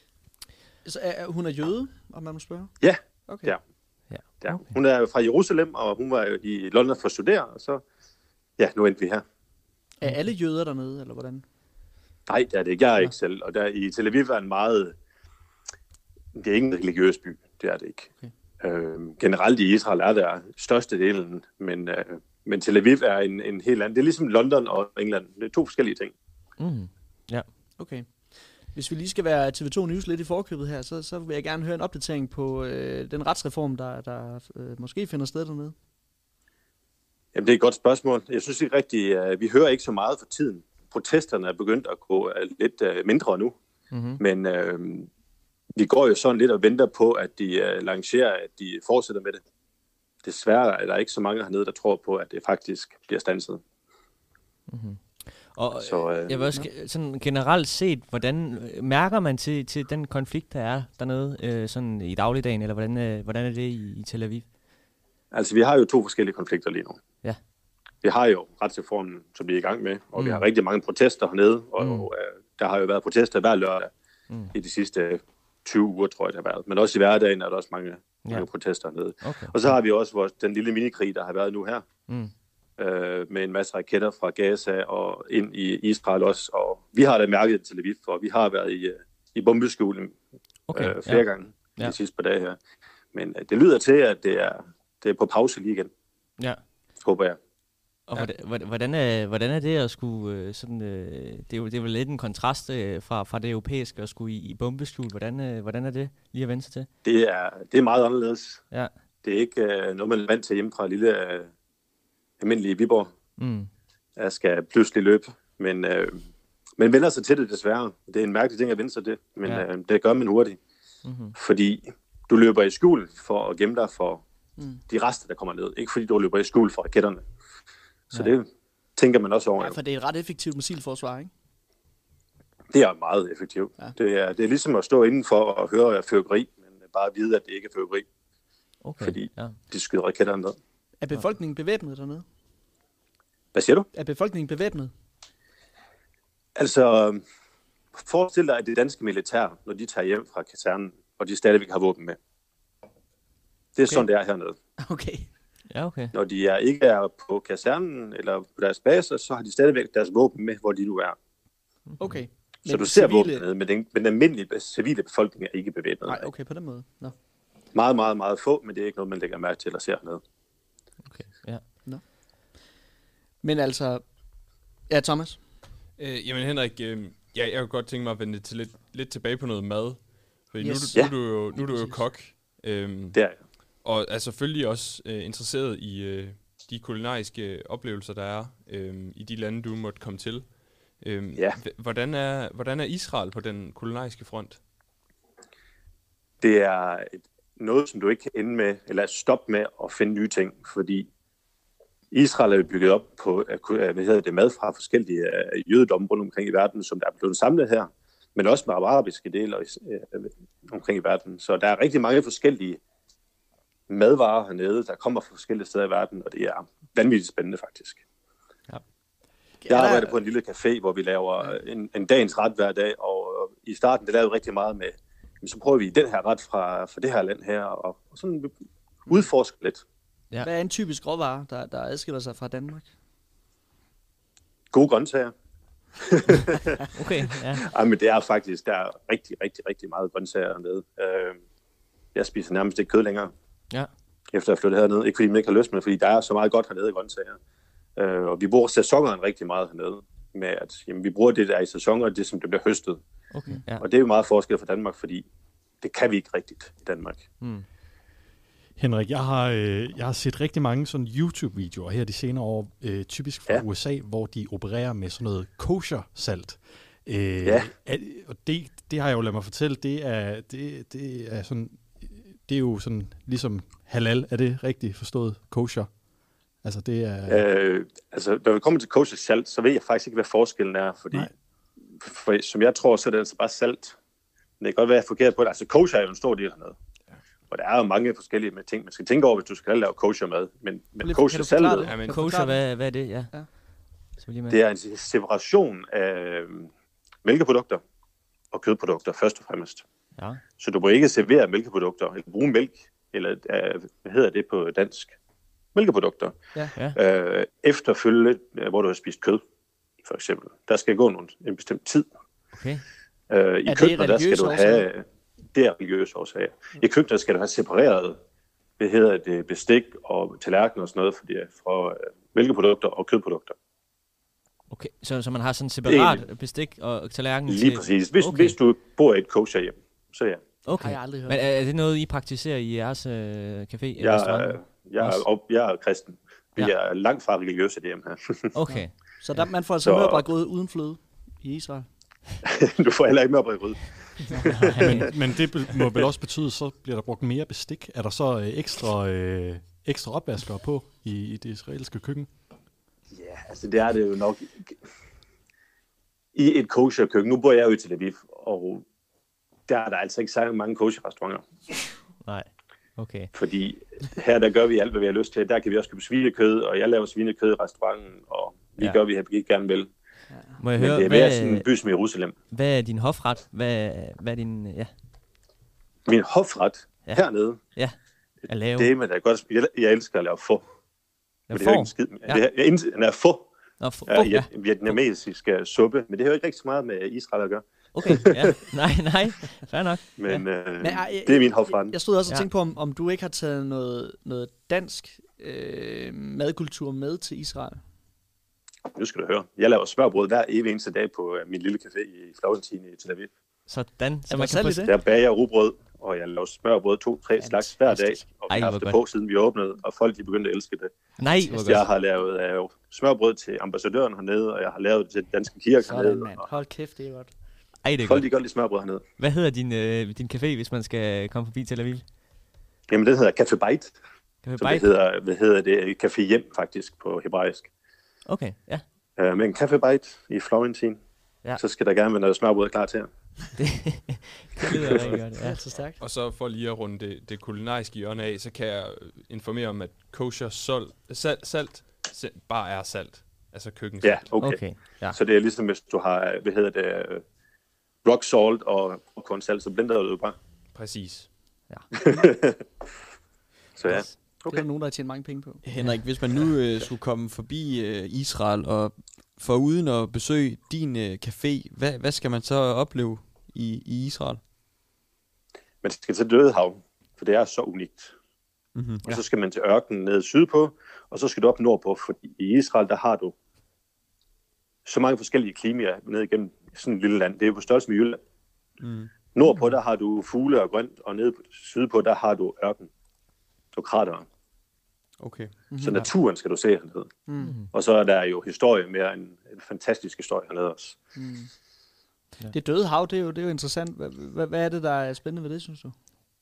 E: Så hun er jøde, om man må spørge?
L: Ja,
E: okay.
L: Ja.
B: Okay.
L: Hun er fra Jerusalem, og hun var i London for at studere, og så, nu endte vi her.
E: Er alle jøder dernede, eller hvordan?
L: Nej, det er det ikke. Jeg er ikke selv. Og der i Tel Aviv er en meget... Det er ikke en religiøs by. Det er det ikke. Okay. Generelt i Israel er der størstedelen, men Tel Aviv er en helt anden. Det er ligesom London og England. Det er 2 forskellige ting.
B: Mm. Ja.
E: Okay. Hvis vi lige skal være TV2 News lidt i forkøbet her, så vil jeg gerne høre en opdatering på den retsreform, der måske finder sted dernede.
L: Jamen, det er et godt spørgsmål. Jeg synes ikke rigtigt, vi hører ikke så meget for tiden. Protesterne er begyndt at gå lidt mindre nu. Mm-hmm. Men vi går jo sådan lidt og venter på, at de lancerer, at de fortsætter med det. Desværre er der ikke så mange hernede, der tror på, at det faktisk bliver standset.
B: Mm-hmm. Og så, jeg vil også sådan generelt set, hvordan mærker man til den konflikt, der er dernede sådan i dagligdagen, eller hvordan er det i Tel Aviv?
L: Altså, vi har jo 2 forskellige konflikter lige nu.
B: Ja.
L: Vi har jo retsreformen, som vi er i gang med, og vi har rigtig mange protester hernede, og der har jo været protester hver lørdag i de sidste 20 uger, tror jeg, det har været. Men også i hverdagen er der også mange protester hernede. Okay. Og så har vi også den lille minikrig, der har været nu her, med en masse raketter fra Gaza og ind i Israel også. Og vi har da mærket Tel Aviv, for vi har været i bombeskjulen flere gange de sidste par dage her. Men det lyder til, at det er på pause lige igen.
B: Ja.
L: Håber jeg.
B: Og hvordan er det at skulle sådan? Det er jo lidt en kontrast fra det europæiske at skulle i bombeskjul. Hvordan er det lige at vende sig til?
L: Det er meget anderledes.
B: Ja.
L: Det er ikke noget, man er vant til hjemme fra lille almindelige Viborg. Jeg skal pludselig løbe, men vender sig til det desværre. Det er en mærkelig ting at vende sig til, men det gør man hurtigt. Mm-hmm. Fordi du løber i skjul for at gemme dig for de rester, der kommer ned. Ikke fordi du løber i skjul for raketterne. Så det tænker man også over.
E: Ja, for det er et ret effektivt missilforsvar, ikke?
L: Det er meget effektivt. Ja. Det er ligesom at stå indenfor og høre fyrværkeri, men bare vide, at det ikke er fyrværkeri.
B: Okay.
L: Fordi de skyder raketter ned.
E: Er befolkningen bevæbnet dernede?
L: Hvad siger du?
E: Er befolkningen bevæbnet?
L: Altså, forestil dig, at det danske militær, når de tager hjem fra kasernen, og de stadigvæk har våben med. Det er sådan, det er hernede.
E: Okay.
B: Ja, okay.
L: Når de ikke er på kasernen eller på deres baser, så har de stadigvæk deres våben med, hvor de nu er.
E: Okay.
L: Så du ser våben nede, men den almindelige civile befolkning er ikke bevæbnet.
E: Nej, okay, på den måde. Nå.
L: Meget, meget, meget få, men det er ikke noget, man lægger mærke til eller ser hernede.
B: Okay, ja.
E: Nå. Men altså... Ja, Thomas?
C: Jamen Henrik, jeg kunne godt tænke mig at vende til lidt tilbage på noget mad. For
E: Yes.
C: nu er du jo kok.
L: Det er jeg.
C: Og er selvfølgelig også interesseret i de kulinariske oplevelser, der er i de lande, du måtte komme til. Hvordan er Israel på den kulinariske front?
L: Det er noget, som du ikke kan ende med, eller stoppe med at finde nye ting, fordi Israel er jo bygget op på mad fra forskellige jødedomme rundt omkring i verden, som der er blevet samlet her, men også med arabiske dele omkring i verden. Så der er rigtig mange forskellige madvarer hernede, der kommer fra forskellige steder i verden, og det er vanvittigt spændende faktisk. Ja. Jeg arbejder på en lille café, hvor vi laver en dagens ret hver dag, og i starten, det lavede rigtig meget med, så prøver vi den her ret fra det her land her, og sådan udforske lidt.
E: Ja. Hvad er en typisk råvare, der adskiller sig fra Danmark?
L: Gode grøntsager.
B: Okay, ja.
L: Ej, men det er faktisk, der er rigtig, rigtig, rigtig meget grøntsager hernede. Jeg spiser nærmest ikke kød længere.
B: Ja.
L: Efter at flytte hernede. Ikke fordi man ikke har lyst med, fordi der er så meget godt hernede i grøntsager. Og vi bruger sæsonerne rigtig meget hernede. Med at vi bruger det der i sæsoner, det som det bliver høstet.
B: Okay, ja.
L: Og det er jo meget forskel fra Danmark, fordi det kan vi ikke rigtigt i Danmark.
D: Henrik, jeg har set rigtig mange sådan YouTube-videoer her de senere år, typisk fra USA, hvor de opererer med sådan noget kosher-salt. Og det har jeg jo ladet mig fortælle, det er sådan, det er jo sådan ligesom halal, er det rigtigt forstået, kosher? Altså det er...
L: når vi kommer til kosher-salt, så ved jeg faktisk ikke, hvad forskellen er, fordi for, som jeg tror, så er det altså bare salt. Men det kan godt være, jeg er forkert på det. Altså kosher er jo en stor del hernede. Og der er jo mange forskellige ting, man skal tænke over, hvis du skal lave kosher-mad. Men kosher-saltet...
B: Ja, men kosher, hvad er det? Ja.
L: Det er en separation af mælkeprodukter og kødprodukter, først og fremmest. Ja. Så du må ikke servere mælkeprodukter, eller bruge mælk, eller hvad hedder det på dansk? Mælkeprodukter. Ja. Efterfølgende, hvor du har spist kød, for eksempel. Der skal gå en bestemt tid.
B: Okay.
L: I køkkenet, der skal du have... Det er religiøse årsager. I køkkenet skal du have separeret, bestik og tallerken og sådan noget, fra mælkeprodukter og kødprodukter.
B: Okay, så man har sådan separat bestik og tallerken til...
L: Lige præcis. Hvis du bor i et kosher hjem, så ja.
B: Okay, men er det noget, I praktiserer i jeres café eller restaurant?
L: Jeg er kristen. Vi er langt fra religiøse hjem her.
B: Okay.
E: Så der, man får altså mørbrødgrød uden fløde i Israel?
L: Du får heller ikke mørbrødgrød.
D: men det må vel også betyde, så bliver der brugt mere bestik. Er der så ekstra opvaskere på i det israelske køkken?
L: Ja, altså det er det jo nok. I et kosher-køkken, nu bor jeg jo i Tel Aviv, og der er der altså ikke så mange kosher-restauranter.
B: Nej, okay.
L: Fordi her, der gør vi alt, hvad vi har lyst til. Der kan vi også købe svinekød, og jeg laver svinekød i restauranten, og vi gør, hvad vi gerne vil.
B: Ja. Må jeg høre,
L: det er mere sådan en by som Jerusalem.
B: Hvad er din hofret? Hvad er din... Ja.
L: Min hofret hernede?
B: Ja, at lave.
L: Det er med, der godt. Jeg elsker at lave få. Men det er jo ikke en skid. Jeg få. Vietnamesisk suppe, men det har jo ikke rigtig så meget med Israel at gøre.
B: Okay, ja. Nej, fair nok.
L: Men det er min hofret.
E: Jeg stod også og tænkte på, om du ikke har taget noget dansk madkultur med til Israel.
L: Nu skal du høre. Jeg laver smørbrød hver evig eneste dag på min lille café i Florentine i Tel Aviv.
B: Sådan. Så man kan få
L: det? Der bager jeg rugbrød, og jeg laver smørbrød 2-3 slags hver dag. Og vi har haft det på, siden vi åbnede, og folk de begyndte at elske det.
B: Nej,
L: jeg har lavet smørbrød til ambassadøren hernede, og jeg har lavet det til danske kirke hernede.
E: Mand. Hold kæft, det er godt.
L: Folk de godt lide smørbrød hernede.
B: Hvad hedder din café, hvis man skal komme forbi Tel Aviv?
L: Jamen, den hedder Café Bite. Hvad hedder det? Café Hjem, faktisk, på hebraisk.
B: Okay, ja.
L: Med en Café Bite i Florentine. så skal der gerne være noget smørbrød klar til jer.
B: Det lyder rigtig godt.
A: Ja, så stærkt.
C: Og så for lige at runde det kulinariske hjørne af, så kan jeg informere om, at kosher salt bare er salt. Altså køkkensalt.
L: Ja, okay. Ja. Så det er ligesom, hvis du har, rock salt og kornsalt, så blender du det bare.
C: Præcis.
B: Ja.
L: Så ja.
E: Okay. Det er nogen, der har tjent mange penge på.
G: Henrik, hvis man nu skulle komme forbi Israel og foruden at besøge din café, hvad skal man så opleve i Israel?
L: Man skal til Dødehav, for det er så unikt.
G: Mm-hmm.
L: Og så skal man til ørkenen ned sydpå, og så skal du op nordpå, for i Israel, der har du så mange forskellige klimaer ned igennem sådan et lille land. Det er jo på størrelse med Jylland.
G: Mm.
L: Nordpå, der har du fugle og grønt, og nede sydpå, der har du ørken. Du krater.
G: Okay.
L: Så naturen skal du se hernede. Mm. Og så er der jo historie mere en fantastisk historie hernede også.
E: Mm. Ja. Det Døde Hav, det er jo interessant. Hvad er det, der er spændende ved det, synes du?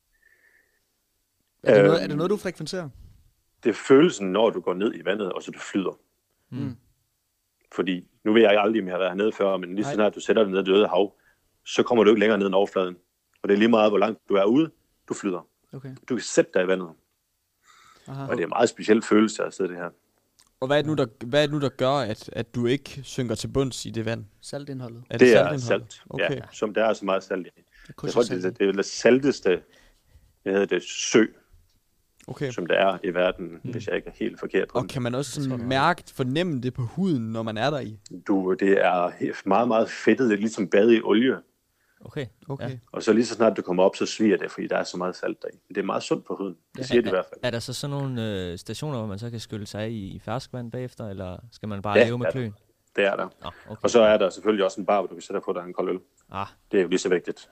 E: Er det noget, du frekventerer?
L: Det er følelsen, når du går ned i vandet, og så du flyder.
E: Mm.
L: Fordi, nu ved jeg aldrig, om jeg har været hernede før, men lige så snart du sætter dig ned i Døde Hav, så kommer du ikke længere ned end overfladen. Og det er lige meget, hvor langt du er ude, du flyder.
E: Okay.
L: Du kan sætte dig i vandet. Aha. Og det er en meget speciel følelse at sidde det her.
G: Og hvad er det nu, der gør, at du ikke synker til bunds i det vand?
E: Saltindholdet.
L: Det er salt,
G: okay.
L: Ja, som der er så meget salt i. Jeg tror, det er det salteste sø, som der er i verden, hvis jeg ikke er helt forkert på.
G: Og kan man også fornemme det på huden, når man er der i?
L: Det er meget, meget fedtet. Det er ligesom bade i olie.
B: Okay.
L: Ja. Og så lige så snart du kommer op, så sviger det, fordi der er så meget salt deri. Det er meget sundt på huden. Det siger det i hvert fald.
B: Er der så sådan nogle stationer, hvor man så kan skylle sig i ferskvand bagefter, eller skal man bare leve med kløen?
L: Det er der. Okay. Og så er der selvfølgelig også en bar, hvor du kan sætte på dig en kold øl. Det er jo lige så vigtigt.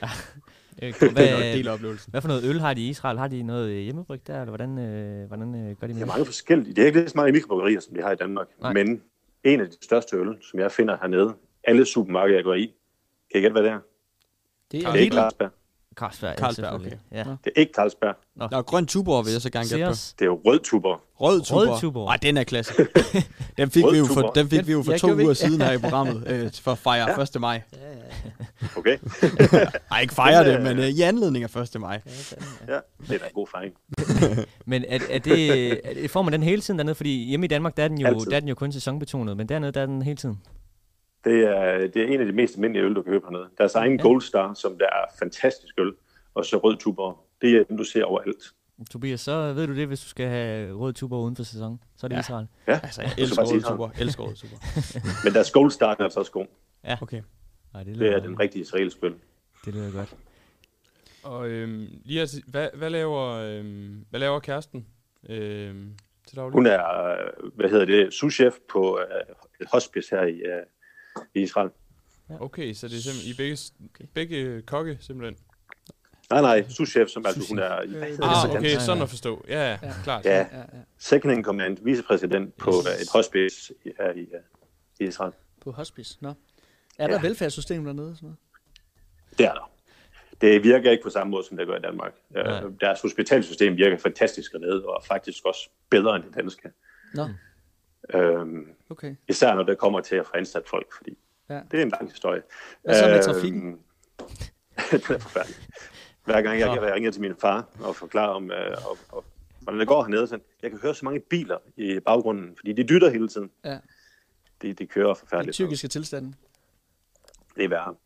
B: Hvad for noget øl har de i Israel? Har de noget hjemmebryg der, eller hvordan gør de med det?
L: Det er mange forskellige. Det er ikke lige så mange mikrobryggerier, som de har i Danmark. Nej. Men en af de største øl, som jeg finder hernede, alle supermarkeder, jeg går i, kan I gætte, hvad det er?
E: Det
L: er ikke Carlsberg.
B: Carlsberg, okay. Ja.
L: Det er ikke Carlsberg.
G: Nå, grøn Tuborg vil jeg så gerne gætte på.
L: Det er jo rød Tuborg.
G: Rød Tuborg. Ej, den er klasse. Den fik vi jo for 2 uger siden her i programmet, for at fejre 1. maj.
L: Okay.
G: Ej, ikke fejre det, men i anledning af 1. maj.
L: Ja, det er da en god fejring.
B: Men er det, får man den hele tiden dernede? Fordi hjemme i Danmark, der er den jo kun sæsonbetonet, men dernede, der er den hele tiden.
L: Det er en af de mest almindelige øl, du kan købe hernede. Der er så egen Gold Star, som der er fantastisk øl, og så rød Tuborg. Det er den, du ser overalt.
B: Tobias, så ved du det, hvis du skal have rød Tuborg uden for sæsonen. Så er det Israel.
L: Ja,
G: altså jeg elsker rød Tuborg. Elsker rød Tuborg.
L: Men deres Gold Star er altså også god.
B: Ja, okay.
L: Ej, det er den rigtige israelske øl.
B: Det lyder godt.
C: Og lige at, hvad laver kæresten til daglig?
L: Hun er, souschef på et hospice her i Israel.
C: Okay, så det er simpelthen begge kokke simpelthen?
L: Nej, souschef, som altså hun er...
C: okay, sådan at forstå. Ja, klart.
L: Ja, second in command, vicepræsident på et hospice her i Israel.
E: På hospice, nå. Er der velfærdssystem dernede? Sådan noget?
L: Det er der. Det virker ikke på samme måde, som det gør i Danmark. Deres hospitalsystem virker fantastisk dernede, og faktisk også bedre end det danske.
E: Nå. Okay.
L: Især når det kommer til at få ansat folk, fordi det er en lang historie.
E: Hvad så med trafikken?
L: Det er forfærdeligt. Hver gang jeg ringer til min far og forklarer om, hvordan det går hernede, så jeg kan høre så mange biler i baggrunden, fordi de dytter hele tiden. Ja. De kører forfærdeligt.
E: Den tyrkiske tilstanden.
L: Det er værre.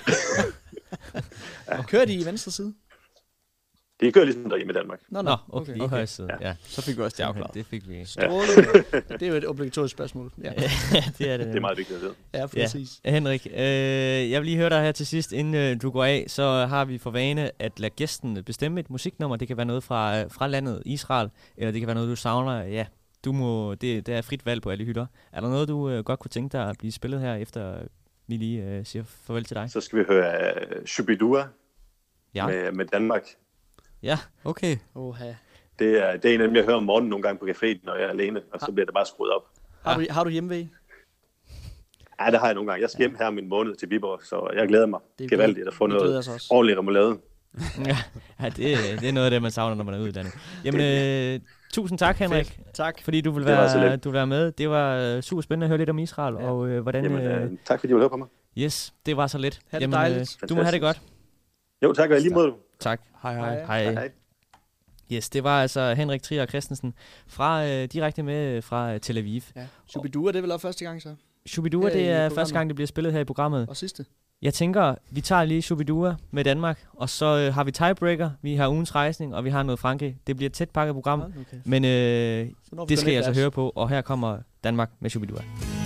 E: Og kører de i venstre side?
L: De kører ligesom derhjemme i Danmark.
B: Nå, okay. I højre side. Ja.
G: Så fik vi også det afklaret.
B: Det fik vi.
E: Strålende. Det er jo et obligatorisk spørgsmål. Ja.
B: Det er det.
L: Det er meget vigtigt at vide.
E: Ja, præcis.
B: Ja. Henrik, jeg vil lige høre dig her til sidst, inden du går af, så har vi for vane at lade gæsten bestemme et musiknummer. Det kan være noget fra landet Israel, eller det kan være noget, du savner. Ja, det er frit valg på alle hylder. Er der noget, du godt kunne tænke dig at blive spillet her, efter vi lige siger farvel til dig?
L: Så skal vi høre Shubidua med Danmark.
B: Ja, okay.
L: Det er en af dem, jeg hører om morgenen nogle gange på caféen, når jeg er alene, og så bliver det bare skruet op.
E: Har du hjemmevæg?
L: Ja, det har jeg nogle gange. Jeg skal hjem her om en måned til Viborg, så jeg glæder mig gevaldigt at få noget ordentligt remoulade.
B: Ja, det er noget af det, man savner, når man er uddannet. Jamen, tusind tak, Henrik.
E: Tak.
B: Fordi du vil være med. Det var super spændende at høre lidt om Israel, og hvordan...
L: Jamen, tak fordi du ville høre på mig.
B: Yes, det var så lidt.
E: Ha' det dejligt.
B: Du må have det godt.
L: Jo, tak, og lige måde.
B: Tak.
E: Hej.
B: Yes, det var altså Henrik Trier Christensen fra direkte med fra Tel Aviv.
E: Ja. Shubidua, det er vel også første gang så?
B: Shubidua, det er første gang, det bliver spillet her i programmet.
E: Og sidste? Jeg
B: tænker, vi tager lige Shubidua med Danmark, og så har vi tiebreaker, vi har ugens rejsning, og vi har noget Frankrig. Det bliver et tæt pakket program, okay. Men det skal jeg altså høre på, og her kommer Danmark med Shubidua.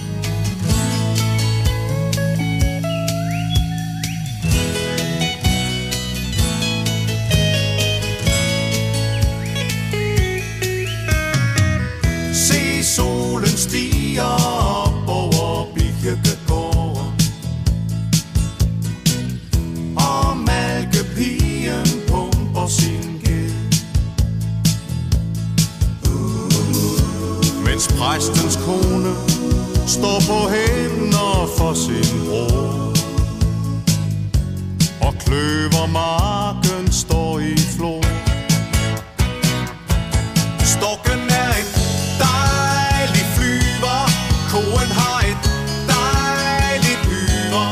M: Solen stiger op over Birkegård, og malkepigen pumper sin gæld, mens præstens kone står på hænder for sin bror, og kløvermarken står i flor. Storken er en dejlig flyver, koen har et dejligt hyver.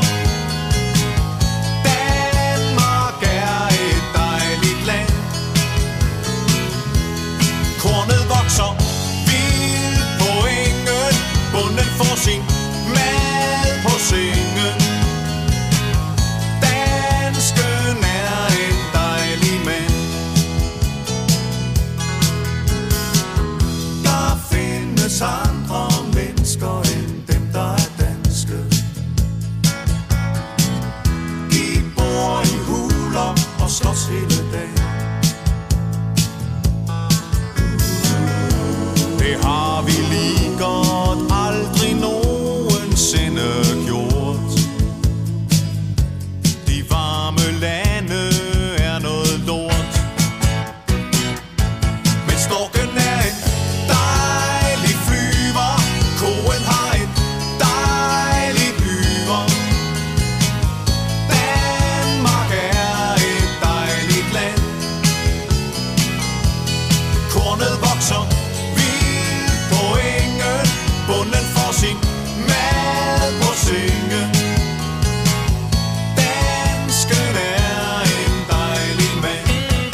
M: Danmark er et dejligt land. Kornet vokser vildt på engen, bonden får sin mad på sengen. Dansken er en dejlig mand. Andre mennesker end dem, der er danske. De bor i huler og slås hele dagen. Det har vi lige godt aldrig nogensinde gjort. De varme lande er noget lort. Men storken er en dejlig flyver, koen har et dejligt hyver. Danmark er et dejligt land. Kornet vokser vildt på engen, bonden får sin mad på sengen. Dansken er en dejlig mand.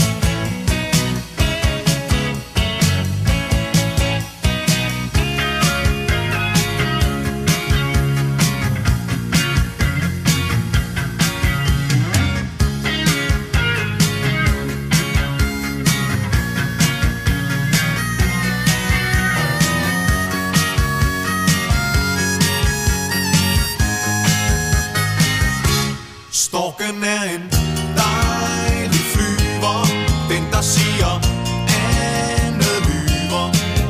M: Storken er en dejlig flyver, den der siger andet lyver.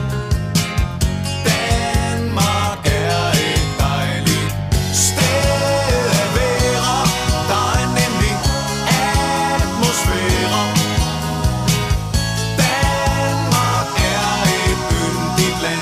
M: Danmark er et dejligt sted at være, der er nemlig atmosfære. Danmark er et yndigt land.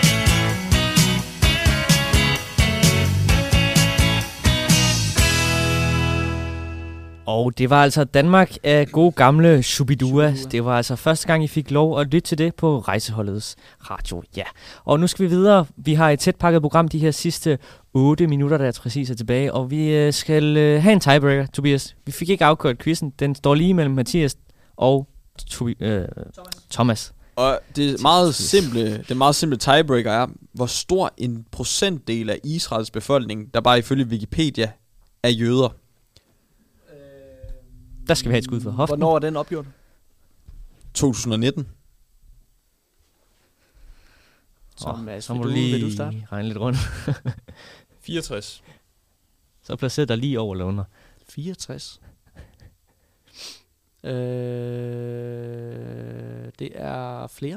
B: Og det var altså Danmark af gode gamle Shubidua. Det var altså første gang, I fik lov at lytte til det på Rejseholdets radio. Ja. Og nu skal vi videre. Vi har et tæt pakket program de her sidste 8 minutter, der er præcis tilbage. Og vi skal have en tiebreaker, Tobias. Vi fik ikke afkørt quizzen. Den står lige mellem Mathias og Thomas.
G: Og det meget simple tiebreaker er, hvor stor en procentdel af Israels befolkning, der bare ifølge Wikipedia er jøder.
B: Der skal vi have et skud for hoften.
E: Hvornår er den opgjort?
G: 2019.
B: Så må du lige regne lidt rundt.
C: 64.
B: Så placerer der lige over eller under.
E: 64. Det er flere.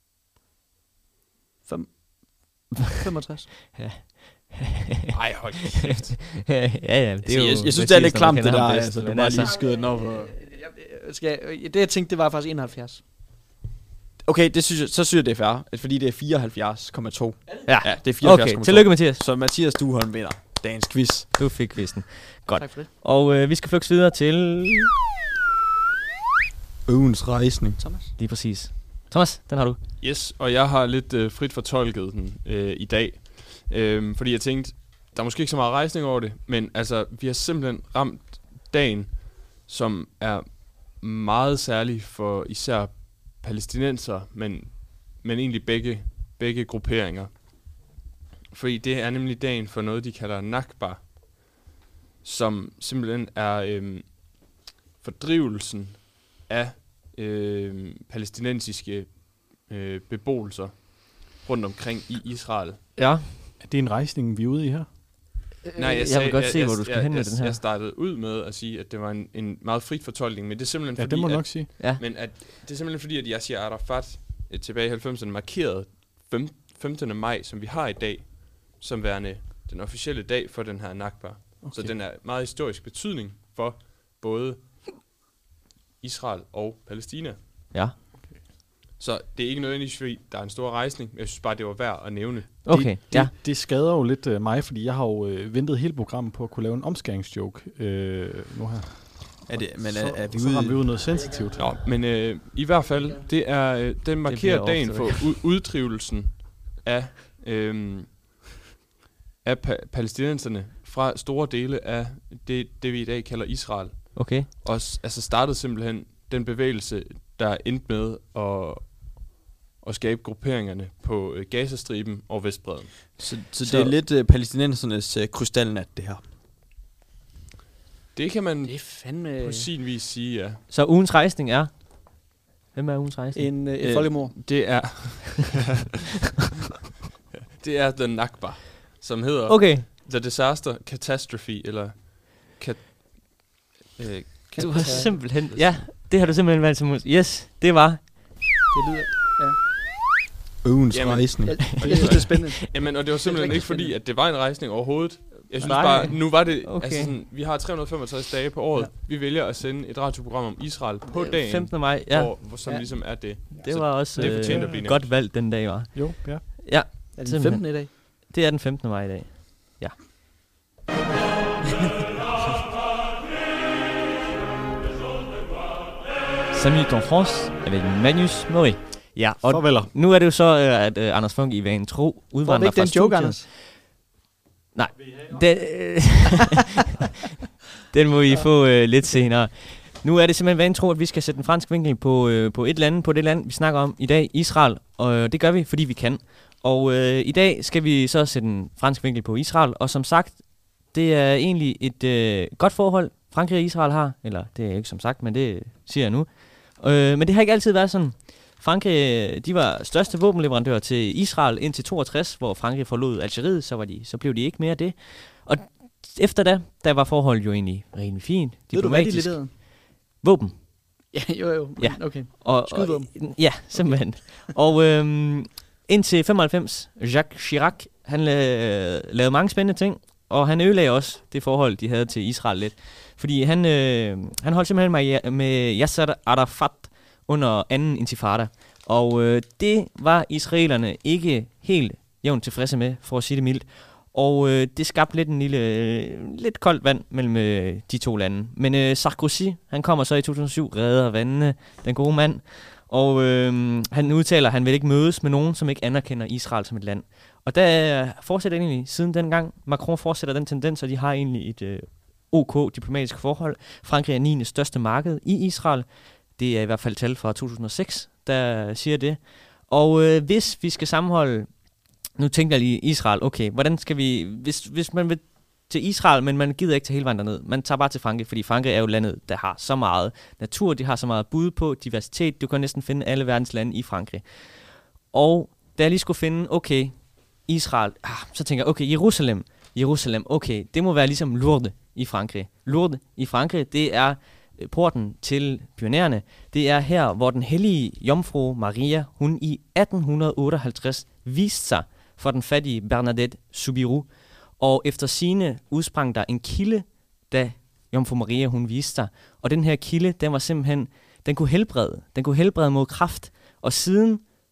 E: 65.
B: Ja.
C: Ej, hold kæft.
B: ja, det er jo...
G: Jeg synes, det er lidt klamt, det der. Altså, det bare lige skyder den op.
E: Det, jeg tænkte, det var faktisk 71.
G: Okay, så synes jeg, det er fair. Fordi det er 74,2.
B: Ja,
G: det er 74,2.
B: Okay, tillykke Mathias.
G: Så Mathias Duholm vinder dagens quiz.
B: Du fik quizzen. Godt.
E: Tak for det.
B: Og vi skal flugtes videre til...
G: Ugens rejsning.
E: Thomas.
B: Lige præcis. Thomas, den har du.
C: Yes, og jeg har lidt frit fortolket den i dag. Fordi jeg tænkte, der er måske ikke så meget rejsning over det, men altså, vi har simpelthen ramt dagen, som er meget særlig for især palæstinenser, men egentlig begge grupperinger. Fordi det er nemlig dagen for noget, de kalder Nakba, som simpelthen er fordrivelsen af palæstinensiske beboelser rundt omkring i Israel.
D: Ja. Er det en rejsning, vi er ude i her?
C: Nej,
B: jeg vil godt se, hvor du skal hen med den her.
C: Jeg startede ud med at sige, at det var en meget frit fortolkning, men det er simpelthen fordi,
D: det må nok sige.
C: Ja. Men at det er simpelthen fordi, at Yasser Arafat tilbage i 90'erne markerede 15. maj, som vi har i dag, som værende den officielle dag for den her Nakba. Okay. Så den er meget historisk betydning for både Israel og Palæstina.
B: Ja.
C: Så det er ikke nødvendigvis, fordi der er en stor rejsning, men jeg synes bare, det var værd at nævne.
B: Okay,
D: det skader jo lidt mig, fordi jeg har jo ventet hele programmet på at kunne lave en omskæringsjoke nu her.
G: Er vi
D: så har vi ude noget sensitivt.
C: Ja, men i hvert fald, det er den markerer dagen for uddrivelsen af palæstinenserne fra store dele af det vi i dag kalder Israel.
B: Okay.
C: Og altså startede simpelthen den bevægelse, der endte med at skabe grupperingerne på Gazastriben og Vestbredden.
G: Så det er lidt palæstinensernes krystalnat, det her.
C: Det kan man
A: det er fandme...
C: på sin vis sige, ja.
B: Så ugens rejsning er? Hvem er ugens rejsning?
E: Et folkemord.
C: Det er... det er The Nakba, som hedder The Disaster Catastrophe, eller...
B: du har simpelthen... Ja, det har du simpelthen valgt som ugens. Yes, det var...
E: Det lyder... Ja.
G: Ugens rejsning.
E: Jeg synes, det er spændende.
C: Jamen, og det var simpelthen ikke fordi, at det var en rejsning overhovedet. Jeg synes bare, nu var det... Okay. Altså sådan, vi har 365 dage på året. Ja. Vi vælger at sende et radioprogram om Israel på dagen.
B: 15. maj, ja.
C: Som ligesom er det.
B: Det var også det godt valgt den dag, var.
D: Jo, ja.
B: Ja.
E: Er det den 15. i dag?
B: Det er den 15. maj i dag. Ja. Salut en France avec Manus Mori. Ja, og
D: farveler.
B: Nu er det jo så, at Anders Funk i vanen tro udvandrer fra studiet. Joke, Anders? Nej, den må I få lidt senere. Nu er det simpelthen vanen tro, at vi skal sætte en fransk vinkel på et land, på det land, vi snakker om i dag, Israel. Og det gør vi, fordi vi kan. Og i dag skal vi så sætte en fransk vinkel på Israel. Og som sagt, det er egentlig et godt forhold, Frankrig og Israel har. Eller det er ikke som sagt, men det siger jeg nu. Men det har ikke altid været sådan. Frankrig, de var største våbenleverandør til Israel indtil 62, hvor Frankrig forlod Algeriet, så blev de ikke mere det. Og efter der var forholdet jo egentlig rigtig fint.
E: Ved du, hvad de leverede?
B: Våben.
E: Ja, jo.
B: Ja.
E: Okay.
B: Skydevåben. Ja, simpelthen. Og indtil 95, Jacques Chirac, han lavede mange spændende ting, og han ødelagde også det forhold, de havde til Israel lidt. Fordi han holdt simpelthen med Yasser Arafat under anden intifada. Og det var israelerne ikke helt jævnt tilfredse med, for at sige det mildt. Og det skabte lidt koldt vand mellem de to lande. Men Sarkozy, han kommer så i 2007, redder vandene, den gode mand. Og han udtaler, at han vil ikke mødes med nogen, som ikke anerkender Israel som et land. Og der fortsætter egentlig siden dengang. Macron fortsætter den tendens, og de har egentlig et OK diplomatisk forhold. Frankrig er 9. største marked i Israel. Det er i hvert fald tal fra 2006, der siger det. Og hvis vi skal sammenholde, nu tænker jeg lige Israel, okay, hvordan skal vi, hvis man vil til Israel, men man gider ikke til hele vejen derned, man tager bare til Frankrig, fordi Frankrig er jo landet, der har så meget natur, de har så meget bud på, diversitet, du kan næsten finde alle verdens lande i Frankrig. Og da jeg lige skulle finde, okay, Israel, så tænker jeg, okay, Jerusalem, okay, det må være ligesom Lourdes i Frankrig. Lourdes i Frankrig, det er porten til pionererne. Det er her, hvor den hellige jomfru Maria, hun i 1858 viste sig for den fattige Bernadette Soubirous. Og efter sigende udsprang der en kilde, da jomfru Maria, hun viste sig. Og den her kilde, den var simpelthen, den kunne helbrede mod kræft. Og siden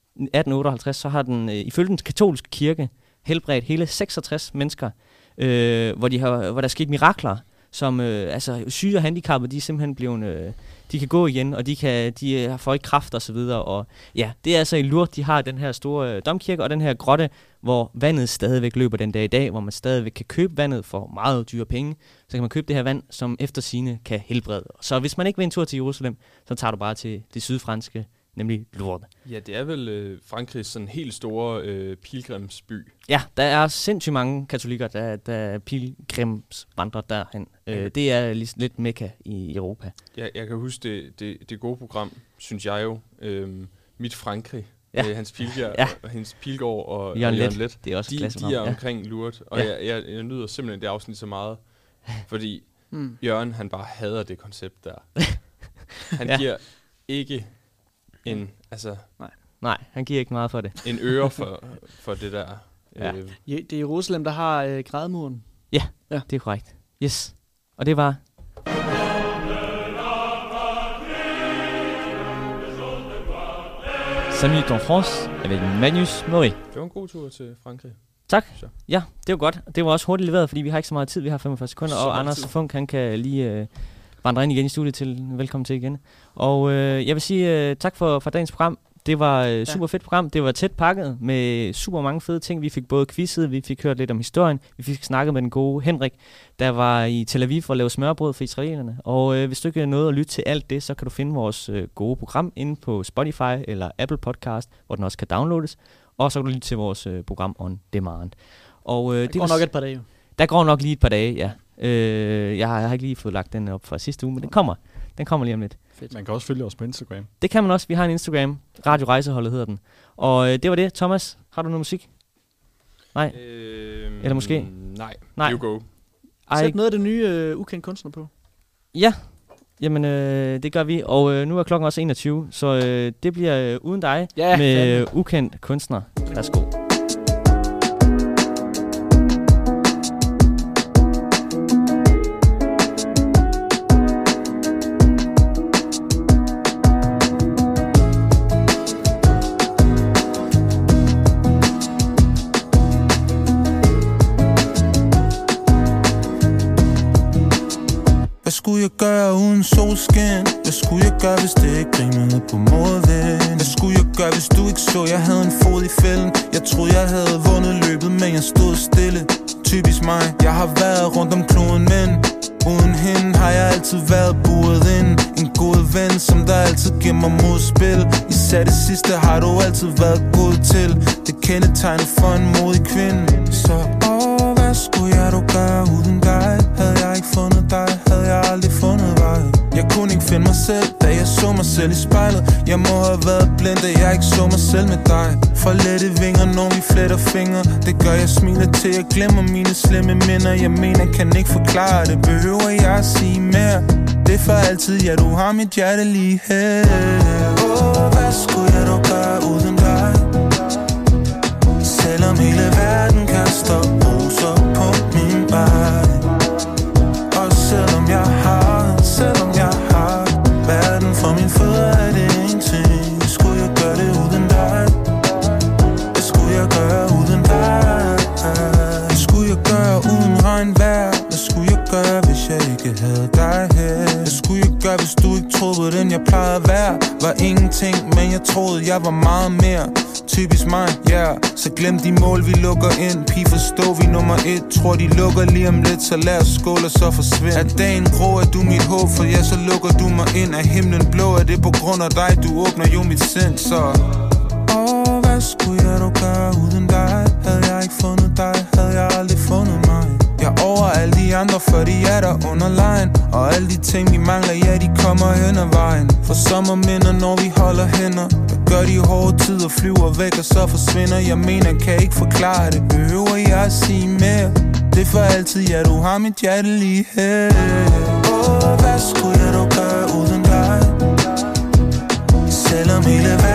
B: 1858, så har den ifølge den katolske kirke helbredt hele 66 mennesker, hvor der skete mirakler. som altså syge og handicappede, de er simpelthen blevet... de kan gå igen, og de får ikke kraft og så videre. Og ja, det er altså i Lourdes, de har den her store domkirke og den her grotte, hvor vandet stadigvæk løber den dag i dag, hvor man stadigvæk kan købe vandet for meget dyre penge. Så kan man købe det her vand, som efter sigende kan helbrede. Så hvis man ikke vil en tur til Jerusalem, så tager du bare til det sydfranske, nemlig Lourdes.
C: Ja, det er vel Frankrigs sådan helt store pilgrimsby.
B: Ja, der er sindssygt mange katolikker, der pilgrimsvandrer derhen. Det er lidt Mekka i Europa.
C: Ja, jeg kan huske det gode program, synes jeg jo. Mit Frankrig.
B: Ja.
C: Hans Pilbjerg og hendes Pilgaard og
B: Jørgen
C: Leth.
B: Det er også
C: de er omkring Lourdes, og jeg nyder simpelthen det afsnit så meget, fordi Jørgen, han bare hader det koncept der. Han giver ikke en, altså...
B: Nej, han giver ikke meget for det.
C: En øre for det der.
E: Ja. Det er Jerusalem, der har grædmuren.
B: Ja, det er korrekt. Yes. Og det var... Salut en France avec Magnus Maury.
C: Det var en god tur til Frankrig.
B: Tak. Ja, det var godt. Det var også hurtigt leveret, fordi vi har ikke så meget tid. Vi har 45 sekunder, og Anders Funk, han kan lige vandre ind igen i studiet til. Velkommen til igen. Og jeg vil sige tak for dagens program. Det var et super fedt program. Det var tæt pakket med super mange fede ting. Vi fik både quizzet, vi fik hørt lidt om historien. Vi fik snakket med den gode Henrik, der var i Tel Aviv for at lave smørbrød for israelerne. Og hvis du ikke nåede at lytte til alt det, så kan du finde vores gode program inde på Spotify eller Apple Podcast, hvor den også kan downloades. Og så kan du lytte til vores program On Demand. Og,
E: det går nok et par dage.
B: Der går nok lige et par dage, ja. Jeg har ikke lige fået lagt den op fra sidste uge, men den kommer lige om lidt.
D: Fedt. Man kan også følge os på Instagram.
B: Det kan man også. Vi har en Instagram. Radio Rejseholdet hedder den. Og det var det. Thomas, har du noget musik? Nej? Eller måske?
C: Nej. You go.
E: Sæt noget af det nye ukendt kunstner på.
B: Ja. Jamen, det gør vi. Og nu er klokken også 21, så det bliver uden dig med ukendt kunstner. Værsgo.
N: Hvad skulle jeg gøre uden solskin? Hvad skulle jeg gøre, hvis det ikke rimede på modvind? Hvad skulle jeg gøre, hvis du ikke så, jeg havde en fod i fælden? Jeg troede, jeg havde vundet løbet, men jeg stod stille. Typisk mig, jeg har været rundt om kloden, men uden hende har jeg altid været buret ind. En god ven, som der altid giver mig modspil. Især det sidste har du altid været god til. Det kendetegner for en modig kvinde. Så hvad skulle jeg dog gøre uden dig? Havde jeg ikke fundet dig, havde jeg aldrig fundet vej. Jeg kunne ikke finde mig selv, da jeg så mig selv i spejlet. Jeg må have været blind, da jeg ikke så mig selv med dig. For lette vinger, når vi fletter fingre. Det gør jeg smiler til, jeg glemmer mine slemme minder. Jeg mener, kan ikke forklare det, behøver jeg at sige mere. Det er for altid, ja, du har mit hjerte lige her. Hvad skulle jeg dog gøre uden dig? Selvom hele verden kaster roser på min vej. Og selvom jeg har verden for mine fødder, er det ingenting. Skulle jeg gøre det uden dig? Hvad skulle jeg gøre uden dig? Hvad skulle jeg gøre uden regnvejr? Hvad skulle jeg gøre, hvis jeg ikke havde dig her? Hvad skulle jeg gøre, hvis du ikke troede på den, jeg plejede at være? Var ingenting, men jeg troede, jeg var meget mere. Typisk mig, så glem de mål, vi lukker ind. Pige forstå, vi nummer 1. Tror de lukker lige om lidt, så lad os skåle og så forsvind. Er dagen grå, er du mit håb, for så lukker du mig ind. Er himlen blå, er det på grund af dig, du åbner jo mit sind. Så hvad skulle jeg dog gøre uden dig? Havde jeg ikke fundet dig, havde jeg aldrig fundet mig. Jeg over alle de andre, for de er der under lejen. Og alle de ting vi mangler, ja, de kommer hen ad vejen. For sommerminder, når vi holder hænder. Der gør de hårde tider, flyver væk og så forsvinder. Jeg mener, kan ikke forklare det, behøver jeg at sige mere. Det er for altid, ja, du har mit hjerte lige her. Hvad skulle jeg dog gøre uden dig? Selvom hele verden